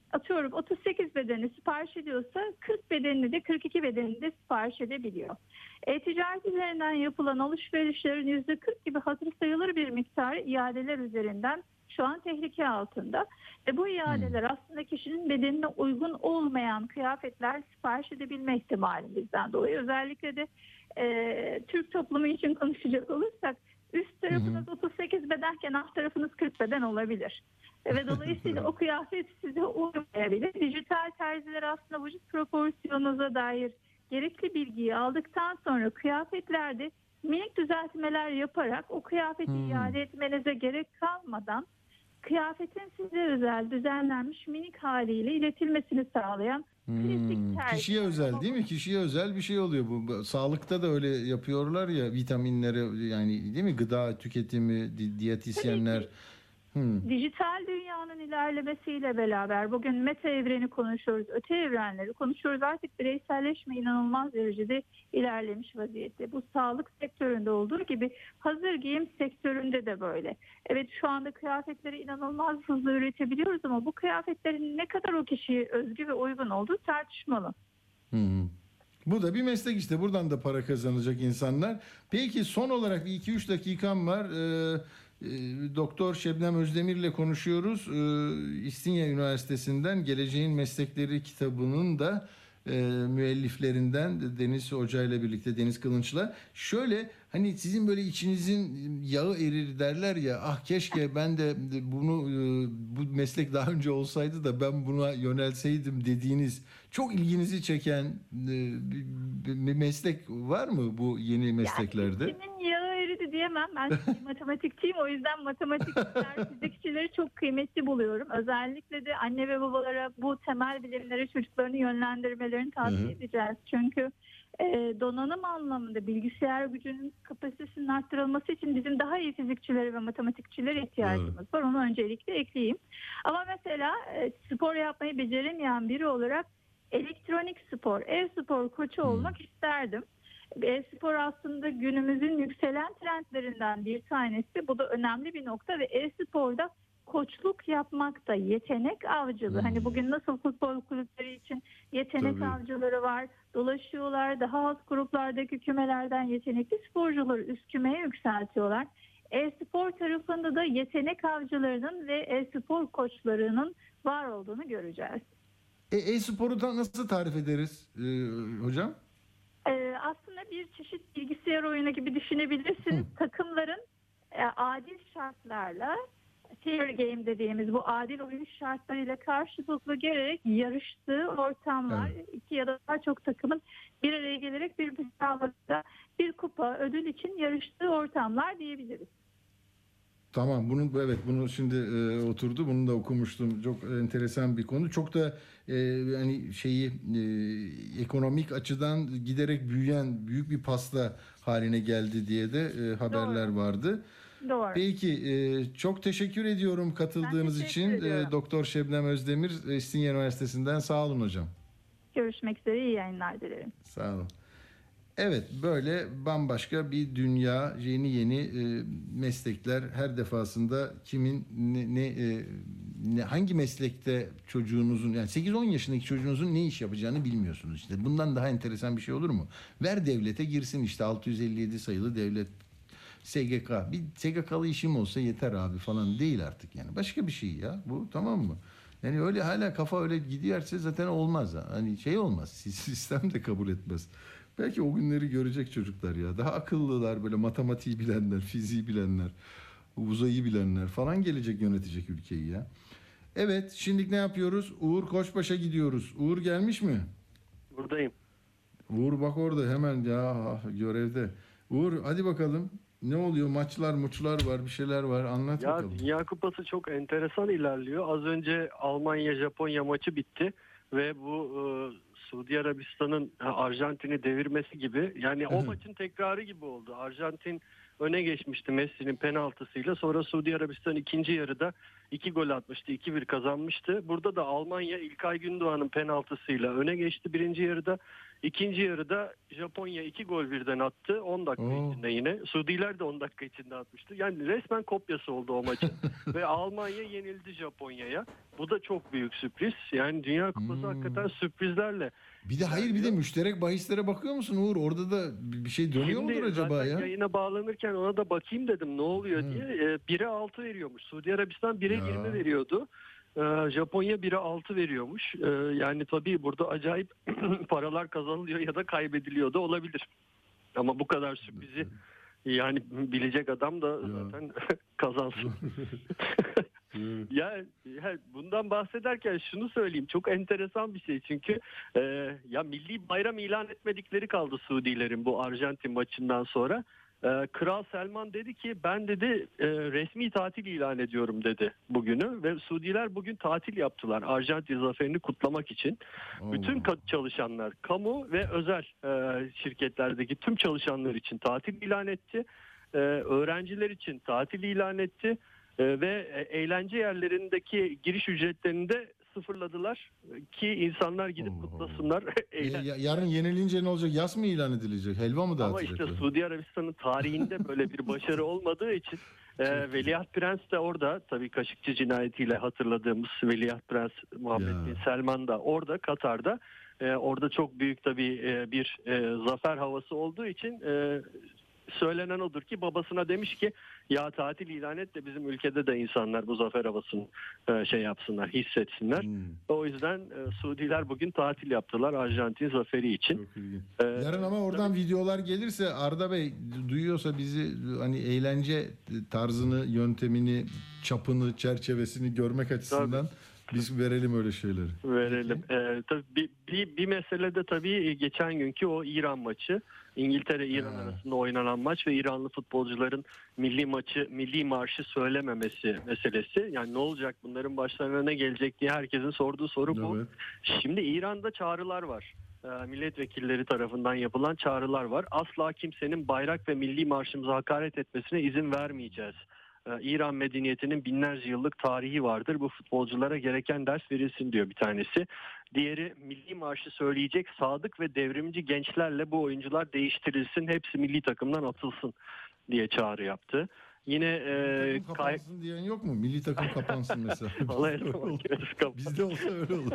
atıyorum otuz sekiz bedenini sipariş ediyorsa kırk bedenini de kırk iki bedenini de sipariş edebiliyor. E-ticaret üzerinden yapılan alışverişlerin yüzde kırk gibi hatır sayılır bir miktarı iadeler üzerinden şu an tehlike altında. Ve bu iadeler hmm. aslında kişinin bedenine uygun olmayan kıyafetler sipariş edebilme ihtimalimizden dolayı. Özellikle de e, Türk toplumu için konuşacak olursak üst tarafınız hmm. otuz sekiz bedenken alt tarafınız kırk beden olabilir. Ve dolayısıyla o kıyafet size uymayabilir. Dijital terziler aslında vücut proporsiyonunuza dair gerekli bilgiyi aldıktan sonra kıyafetlerde minik düzeltmeler yaparak o kıyafeti hmm. iade etmenize gerek kalmadan kıyafetin size özel düzenlenmiş minik haliyle iletilmesini sağlayan hmm. klasik terzi. Kişiye özel değil mi? Kişiye özel bir şey oluyor bu. Sağlıkta da öyle yapıyorlar ya, vitaminleri, yani değil mi? Gıda tüketimi, di- diyetisyenler. Hmm. Dijital dünyanın ilerlemesiyle beraber bugün meta evreni konuşuyoruz, öte evrenleri konuşuyoruz. Artık bireyselleşme inanılmaz derecede ilerlemiş vaziyette. Bu sağlık sektöründe olduğu gibi hazır giyim sektöründe de böyle. Evet, şu anda kıyafetleri inanılmaz hızlı üretebiliyoruz ama bu kıyafetlerin ne kadar o kişiye özgü ve uygun olduğu tartışmalı. Hmm. Bu da bir meslek işte. Buradan da para kazanacak insanlar. Peki son olarak bir iki üç dakikam var. Ee, Doktor Şebnem Özdemir'le konuşuyoruz. İstinye Üniversitesi'nden Geleceğin Meslekleri kitabının da e, müelliflerinden Deniz Hoca ile birlikte, Deniz Kılınç'la. Şöyle, hani sizin böyle içinizin yağı erir derler ya, ah keşke ben de bunu, bu meslek daha önce olsaydı da ben buna yönelseydim dediğiniz, çok ilginizi çeken bir meslek var mı bu yeni mesleklerde? Yani kimin yağı eridi diyemem. Ben matematikçiyim, o yüzden matematikçiler, fizikçileri çok kıymetli buluyorum. Özellikle de anne ve babalara bu temel bilimlere çocuklarını yönlendirmelerini tavsiye edeceğiz. Çünkü e, donanım anlamında bilgisayar gücünün kapasitesinin arttırılması için bizim daha iyi fizikçilere ve matematikçilere ihtiyacımız evet. var. Onu öncelikle ekleyeyim. Ama mesela e, spor yapmayı beceremeyen biri olarak elektronik spor, e-spor koçu olmak isterdim. E-spor aslında günümüzün yükselen trendlerinden bir tanesi. Bu da önemli bir nokta ve e-sporda koçluk yapmak da yetenek avcılığı. Hmm. Hani bugün nasıl futbol kulüpleri için yetenek Tabii. avcıları var, dolaşıyorlar, daha alt gruplardaki kümelerden yetenekli sporcuları üst kümeye yükseltiyorlar. E-spor tarafında da yetenek avcılarının ve e-spor koçlarının var olduğunu göreceğiz. E, e-sporu da nasıl tarif ederiz e, hocam? Ee, aslında bir çeşit bilgisayar oyunu gibi düşünebilirsiniz. Hı. Takımların e, adil şartlarla, fair game dediğimiz bu adil oyun şartlarıyla karşılıklı gelerek yarıştığı ortamlar. Evet. İki ya da daha çok takımın bir araya gelerek bir müsabakada bir kupa, ödül için yarıştığı ortamlar diyebiliriz. Tamam, bunu evet bunu şimdi e, oturdu. Bunu da okumuştum. Çok enteresan bir konu. Çok da e, yani şeyi e, ekonomik açıdan giderek büyüyen büyük bir pasta haline geldi diye de e, haberler Doğru. vardı. Doğru. Peki e, çok teşekkür ediyorum katıldığınız için. E, Doktor Şebnem Özdemir, İstinye Üniversitesi'nden, sağ olun hocam. Görüşmek üzere, iyi yayınlar dilerim. Sağ olun. Evet, böyle bambaşka bir dünya, yeni yeni e, meslekler her defasında kimin ne, ne, e, ne hangi meslekte çocuğunuzun, yani sekiz on yaşındaki çocuğunuzun ne iş yapacağını bilmiyorsunuz işte. Bundan daha enteresan bir şey olur mu? Ver devlete girsin işte, altı yüz elli yedi sayılı devlet S G K. Bir S G K'lı işim olsa yeter abi falan değil artık yani. Başka bir şey ya bu, tamam mı? Yani öyle hala kafa öyle gidiyorsa zaten olmaz. Hani şey olmaz. Sistem de kabul etmez. Belki o günleri görecek çocuklar ya. Daha akıllılar, böyle matematiği bilenler, fiziği bilenler, uzayı bilenler falan gelecek, yönetecek ülkeyi ya. Evet, şimdi ne yapıyoruz? Uğur Koçbaş'a gidiyoruz. Uğur gelmiş mi? Buradayım. Uğur bak orada hemen ya, görevde. Uğur hadi bakalım. Ne oluyor? Maçlar, muçlar var, bir şeyler var. Anlat ya, bakalım. Dünya Kupası çok enteresan ilerliyor. Az önce Almanya-Japonya maçı bitti ve bu e, Suudi Arabistan'ın Arjantin'i devirmesi gibi, yani o maçın tekrarı gibi oldu. Arjantin öne geçmişti Messi'nin penaltısıyla. Sonra Suudi Arabistan ikinci yarıda iki gol atmıştı. iki bir kazanmıştı. Burada da Almanya İlkay Gündoğan'ın penaltısıyla öne geçti birinci yarıda. İkinci yarıda Japonya iki gol birden attı. on dakika Oo. içinde yine. Suudiler de on dakika içinde atmıştı. Yani resmen kopyası oldu o maçın. Ve Almanya yenildi Japonya'ya. Bu da çok büyük sürpriz. Yani Dünya Kupası Hmm. hakikaten sürprizlerle. Bir de hayır bir de müşterek bahislere bakıyor musun Uğur? Orada da bir şey dönüyor Şimdi mudur acaba zaten ya? yayına bağlanırken ona da bakayım dedim ne oluyor Hı. diye. E, bire altı veriyormuş. Suudi Arabistan bire Ya. yirmi veriyordu. E, Japonya bire altı veriyormuş. E, yani tabii burada acayip paralar kazanılıyor ya da kaybediliyor da olabilir. Ama bu kadar sürprizi yani bilecek adam da zaten kazansın. Ya, ya bundan bahsederken şunu söyleyeyim, çok enteresan bir şey çünkü e, ya milli bayram ilan etmedikleri kaldı Suudilerin bu Arjantin maçından sonra. E, Kral Selman dedi ki ben dedi e, resmi tatil ilan ediyorum dedi bugünü ve Suudiler bugün tatil yaptılar Arjantin zaferini kutlamak için. Bütün ka- çalışanlar, kamu ve özel e, şirketlerdeki tüm çalışanlar için tatil ilan etti. E, öğrenciler için tatil ilan etti. Ee, ve eğlence yerlerindeki giriş ücretlerini de sıfırladılar ki insanlar gidip kutlasınlar. E, ya- yarın yenilince ne olacak? Yas mı ilan edilecek? Helva mı Ama dağıtacaklar? işte Suudi Arabistan'ın tarihinde böyle bir başarı olmadığı için e, Veliaht Prens de orada, tabii Kaşıkçı cinayetiyle hatırladığımız Veliaht Prens Muhammed Ya. Bin Selman da orada, Katar'da. E, orada çok büyük tabii e, bir e, zafer havası olduğu için e, söylenen odur ki babasına demiş ki ya tatil ilan et de bizim ülkede de insanlar bu zafer havasını e, şey yapsınlar, hissetsinler. Hmm. O yüzden e, Suudiler bugün tatil yaptılar Arjantin zaferi için. E, Yarın ama oradan videolar gelirse Arda Bey duyuyorsa bizi hani eğlence tarzını, yöntemini, çapını, çerçevesini görmek açısından biz verelim öyle şeyleri. Verelim. Ee, tabii bir, bir, bir mesele de tabii geçen günkü o İran maçı. İngiltere-İran Ha. arasında oynanan maç ve İranlı futbolcuların milli maçı, milli marşı söylememesi meselesi. Yani ne olacak, bunların başlarına ne gelecek diye herkesin sorduğu soru bu. Evet. Şimdi İran'da çağrılar var. Ee, milletvekilleri tarafından yapılan çağrılar var. Asla kimsenin bayrak ve milli marşımıza hakaret etmesine izin vermeyeceğiz. Ee, İran medeniyetinin binlerce yıllık tarihi vardır. Bu futbolculara gereken ders verilsin diyor bir tanesi. Diğeri milli marşı söyleyecek sadık ve devrimci gençlerle bu oyuncular değiştirilsin. Hepsi milli takımdan atılsın diye çağrı yaptı. Yine e, Takım kay- kapansın diyen yok mu? Milli takım kapansın mesela. Vallahi her zaman makinesi kapansın. Bizde olsa öyle olur.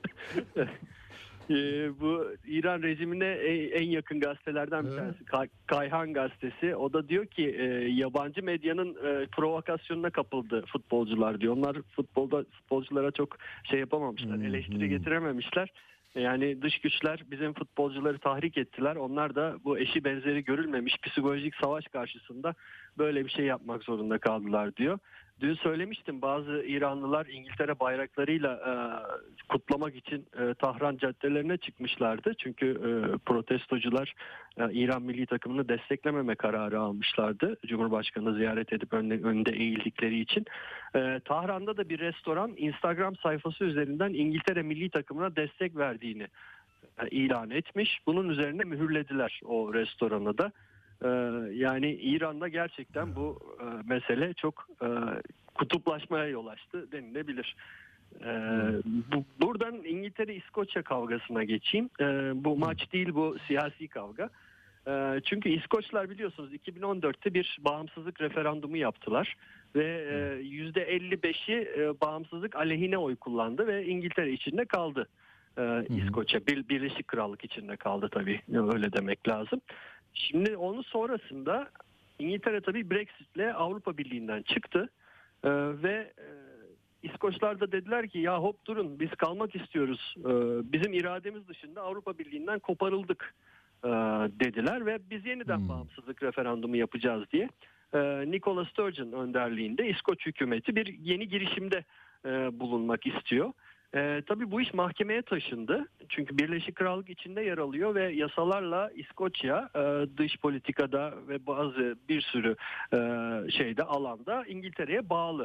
Ee, bu İran rejimine en, en yakın gazetelerden bir Evet. tanesi Kay- Kayhan gazetesi. O da diyor ki e, yabancı medyanın e, provokasyonuna kapıldı futbolcular diyor. Onlar futbolda futbolculara çok şey yapamamışlar, Hmm, eleştiri hmm. getirememişler. Yani dış güçler bizim futbolcuları tahrik ettiler. Onlar da bu eşi benzeri görülmemiş psikolojik savaş karşısında böyle bir şey yapmak zorunda kaldılar diyor. Dün söylemiştim, bazı İranlılar İngiltere bayraklarıyla e, kutlamak için e, Tahran caddelerine çıkmışlardı. Çünkü e, protestocular e, İran milli takımını desteklememe kararı almışlardı. Cumhurbaşkanı ziyaret edip önde, önde eğildikleri için. E, Tahran'da da bir restoran Instagram sayfası üzerinden İngiltere milli takımına destek verdiğini e, ilan etmiş. Bunun üzerine mühürlediler o restoranı da. Ee, yani İran'da gerçekten bu e, mesele çok e, kutuplaşmaya yol açtı denilebilir. Ee, bu, buradan İngiltere-İskoçya kavgasına geçeyim. Ee, bu maç değil, bu siyasi kavga. Ee, çünkü İskoçlar biliyorsunuz iki bin on dörtte bir bağımsızlık referandumu yaptılar ve e, yüzde elli beşi e, bağımsızlık aleyhine oy kullandı ve İngiltere içinde kaldı. Ee, İskoçya, bir, Birleşik Krallık içinde kaldı tabii, öyle demek lazım. Şimdi onun sonrasında İngiltere tabii Brexit'le Avrupa Birliği'nden çıktı ee, ve e, İskoçlar da dediler ki ya hop durun, biz kalmak istiyoruz, ee, bizim irademiz dışında Avrupa Birliği'nden koparıldık e, dediler ve biz yeniden Hmm. bağımsızlık referandumu yapacağız diye e, Nicola Sturgeon önderliğinde İskoç hükümeti bir yeni girişimde e, bulunmak istiyor. Ee, tabii bu iş mahkemeye taşındı. Çünkü Birleşik Krallık içinde yer alıyor ve yasalarla İskoçya e, dış politikada ve bazı bir sürü e, şeyde alanda İngiltere'ye bağlı.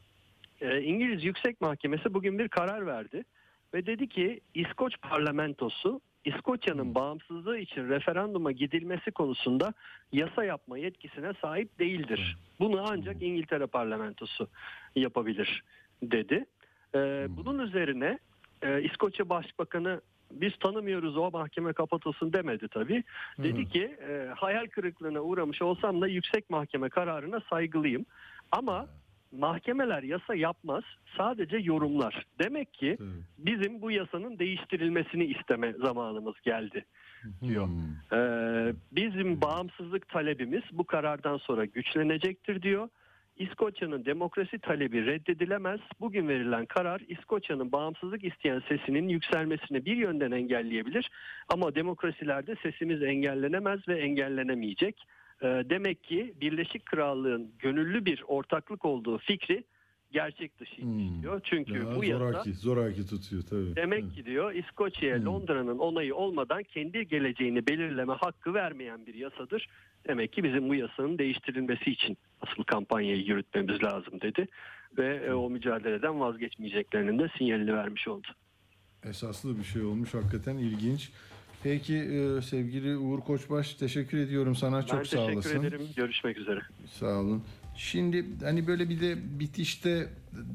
E, İngiliz Yüksek Mahkemesi bugün bir karar verdi ve dedi ki İskoç parlamentosu İskoçya'nın bağımsızlığı için referanduma gidilmesi konusunda yasa yapma yetkisine sahip değildir. Bunu ancak İngiltere parlamentosu yapabilir dedi. Ee, bunun üzerine e, İskoçya Başbakanı biz tanımıyoruz, o mahkeme kapatılsın demedi tabii. Dedi ki e, hayal kırıklığına uğramış olsam da yüksek mahkeme kararına saygılıyım. Ama mahkemeler yasa yapmaz, sadece yorumlar. Demek ki bizim bu yasanın değiştirilmesini isteme zamanımız geldi diyor. Ee, bizim bağımsızlık talebimiz bu karardan sonra güçlenecektir diyor. İskoçya'nın demokrasi talebi reddedilemez. Bugün verilen karar İskoçya'nın bağımsızlık isteyen sesinin yükselmesini bir yönden engelleyebilir. Ama demokrasilerde sesimiz engellenemez ve engellenemeyecek. Demek ki Birleşik Krallığın gönüllü bir ortaklık olduğu fikri gerçek dışıymış hmm. diyor. Çünkü ya, bu yasa zoraki, zoraki tutuyor tabii. Demek evet. ki diyor İskoçya'ya hmm. Londra'nın onayı olmadan kendi geleceğini belirleme hakkı vermeyen bir yasadır. Demek ki bizim bu yasanın değiştirilmesi için asıl kampanyayı yürütmemiz lazım dedi. Ve hmm. o mücadeleden vazgeçmeyeceklerinin de sinyalini vermiş oldu. Esaslı bir şey olmuş, hakikaten ilginç. Peki e, sevgili Uğur Koçbaş, teşekkür ediyorum sana. Ben çok sağ olasın. Ben teşekkür ederim. Görüşmek üzere. Sağ olun. Şimdi hani böyle bir de bitişte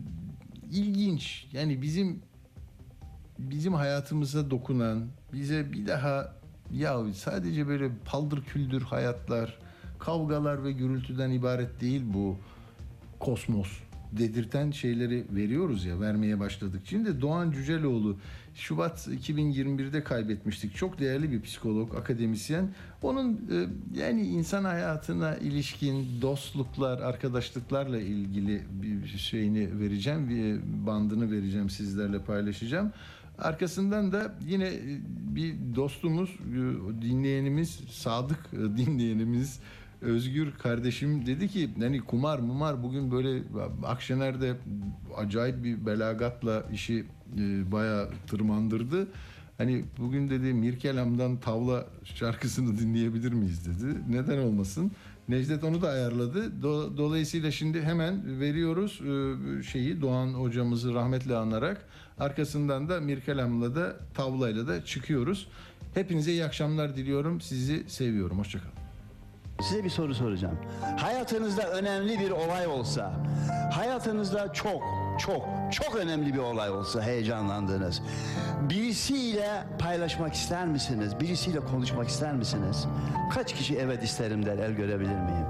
ilginç, yani bizim bizim hayatımıza dokunan, bize bir daha ya sadece böyle paldır küldür hayatlar, kavgalar ve gürültüden ibaret değil bu kosmos dedirten şeyleri veriyoruz ya, vermeye başladık. Şimdi Doğan Cüceloğlu Şubat iki bin yirmi birde kaybetmiştik. Çok değerli bir psikolog, akademisyen. Onun e, yani insan hayatına ilişkin dostluklar, arkadaşlıklarla ilgili bir şeyini vereceğim, bir bandını vereceğim, sizlerle paylaşacağım. Arkasından da yine bir dostumuz, dinleyenimiz, sadık dinleyenimiz Özgür kardeşim dedi ki hani kumar mumar, bugün böyle Akşener'de acayip bir belagatla işi e, bayağı tırmandırdı. Hani bugün dedi Mirkelam'dan Tavla şarkısını dinleyebilir miyiz dedi. Neden olmasın? Necdet onu da ayarladı. Do- dolayısıyla şimdi hemen veriyoruz e, şeyi, Doğan hocamızı rahmetle anarak. Arkasından da Mirkelam'la da Tavla'yla da çıkıyoruz. Hepinize iyi akşamlar diliyorum. Sizi seviyorum. Hoşçakalın. Size bir soru soracağım. Hayatınızda önemli bir olay olsa, hayatınızda çok çok çok önemli bir olay olsa, heyecanlandınız, birisiyle paylaşmak ister misiniz? Birisiyle konuşmak ister misiniz? Kaç kişi evet isterim der, el görebilir miyim?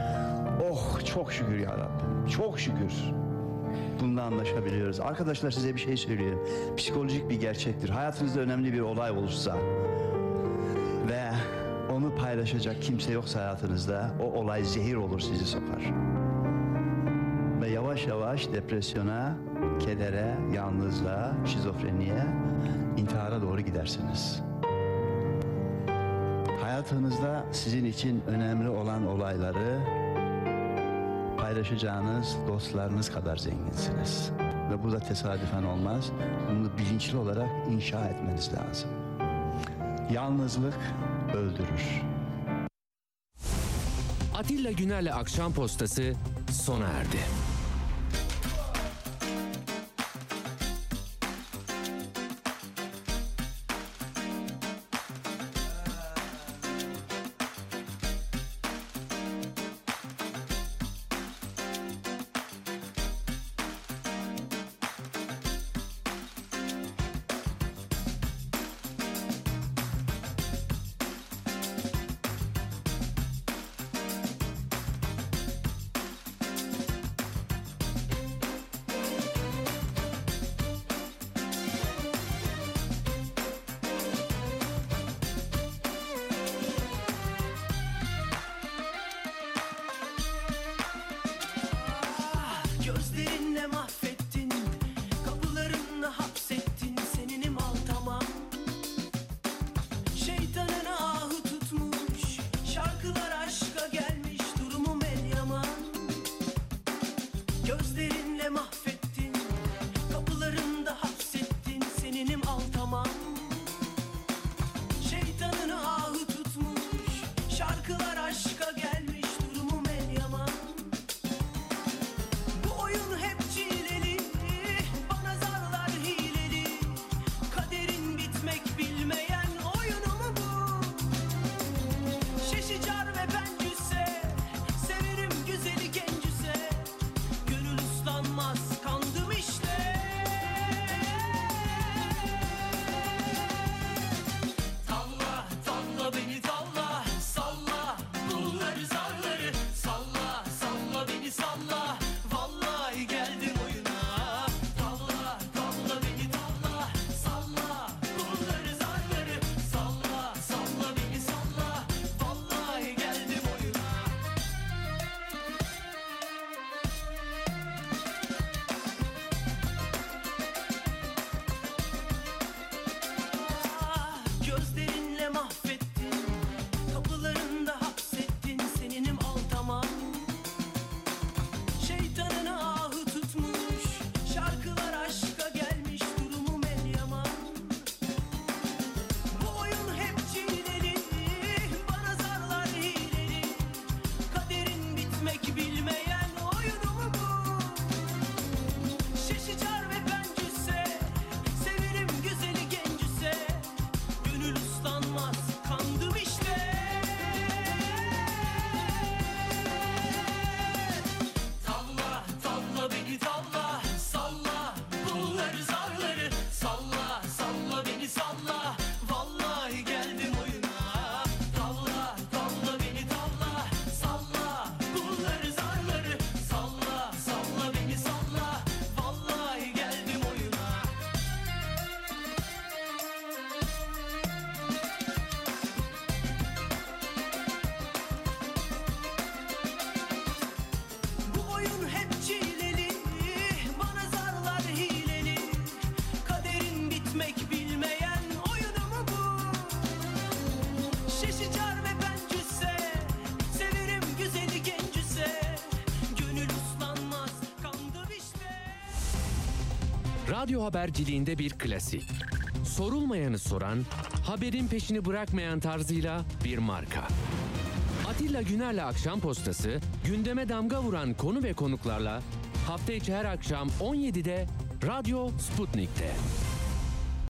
Oh çok şükür ya Rabbim, çok şükür. Bunda anlaşabiliyoruz. Arkadaşlar size bir şey söyleyeyim. Psikolojik bir gerçektir. Hayatınızda önemli bir olay olursa ve onu paylaşacak kimse yoksa hayatınızda, o olay zehir olur, sizi sokar. Ve yavaş yavaş depresyona, kedere, yalnızlığa, şizofreniye, intihara doğru gidersiniz. Hayatınızda sizin için önemli olan olayları paylaşacağınız dostlarınız kadar zenginsiniz. Ve bu da tesadüfen olmaz. Bunu bilinçli olarak inşa etmeniz lazım. Yalnızlık öldürür. Atilla Güner'le Akşam Postası sona erdi. gözlerinle mahvettin, kapılarında hapsettin seninim altaman. Şeytanın ahı tutmuş, şarkılar aşka gelmiş, durumum el yaman. Bu oyun hep çileli, bana zarlar hileli, kaderin bitmek bilmeyen oyunu mu bu? Şaşıcar ve bencüse, severim güzeli gencüse, gönül uslanmaz kandım işte. Tavla tavla beni tavla, salla pulları zarları, salla salla beni salla, vallahi geldim oyuna. Tavla tavla beni tavla, salla pulları zarları, salla salla beni salla, vallahi geldim oyuna. Bu oyun hep çileli, bana zarlar hileli, kaderin bitmek bilmeyen oyunu mu bu? Şaşıcar ve bencüse, severim güzeli gencüse, gönül uslanmaz kandım işte. Radyo haberciliğinde bir klasik. Sorulmayanı soran, haberin peşini bırakmayan tarzıyla bir marka. Atilla Güner'le Akşam Postası, gündeme damga vuran konu ve konuklarla hafta içi her akşam on yedide Radyo Sputnik'te.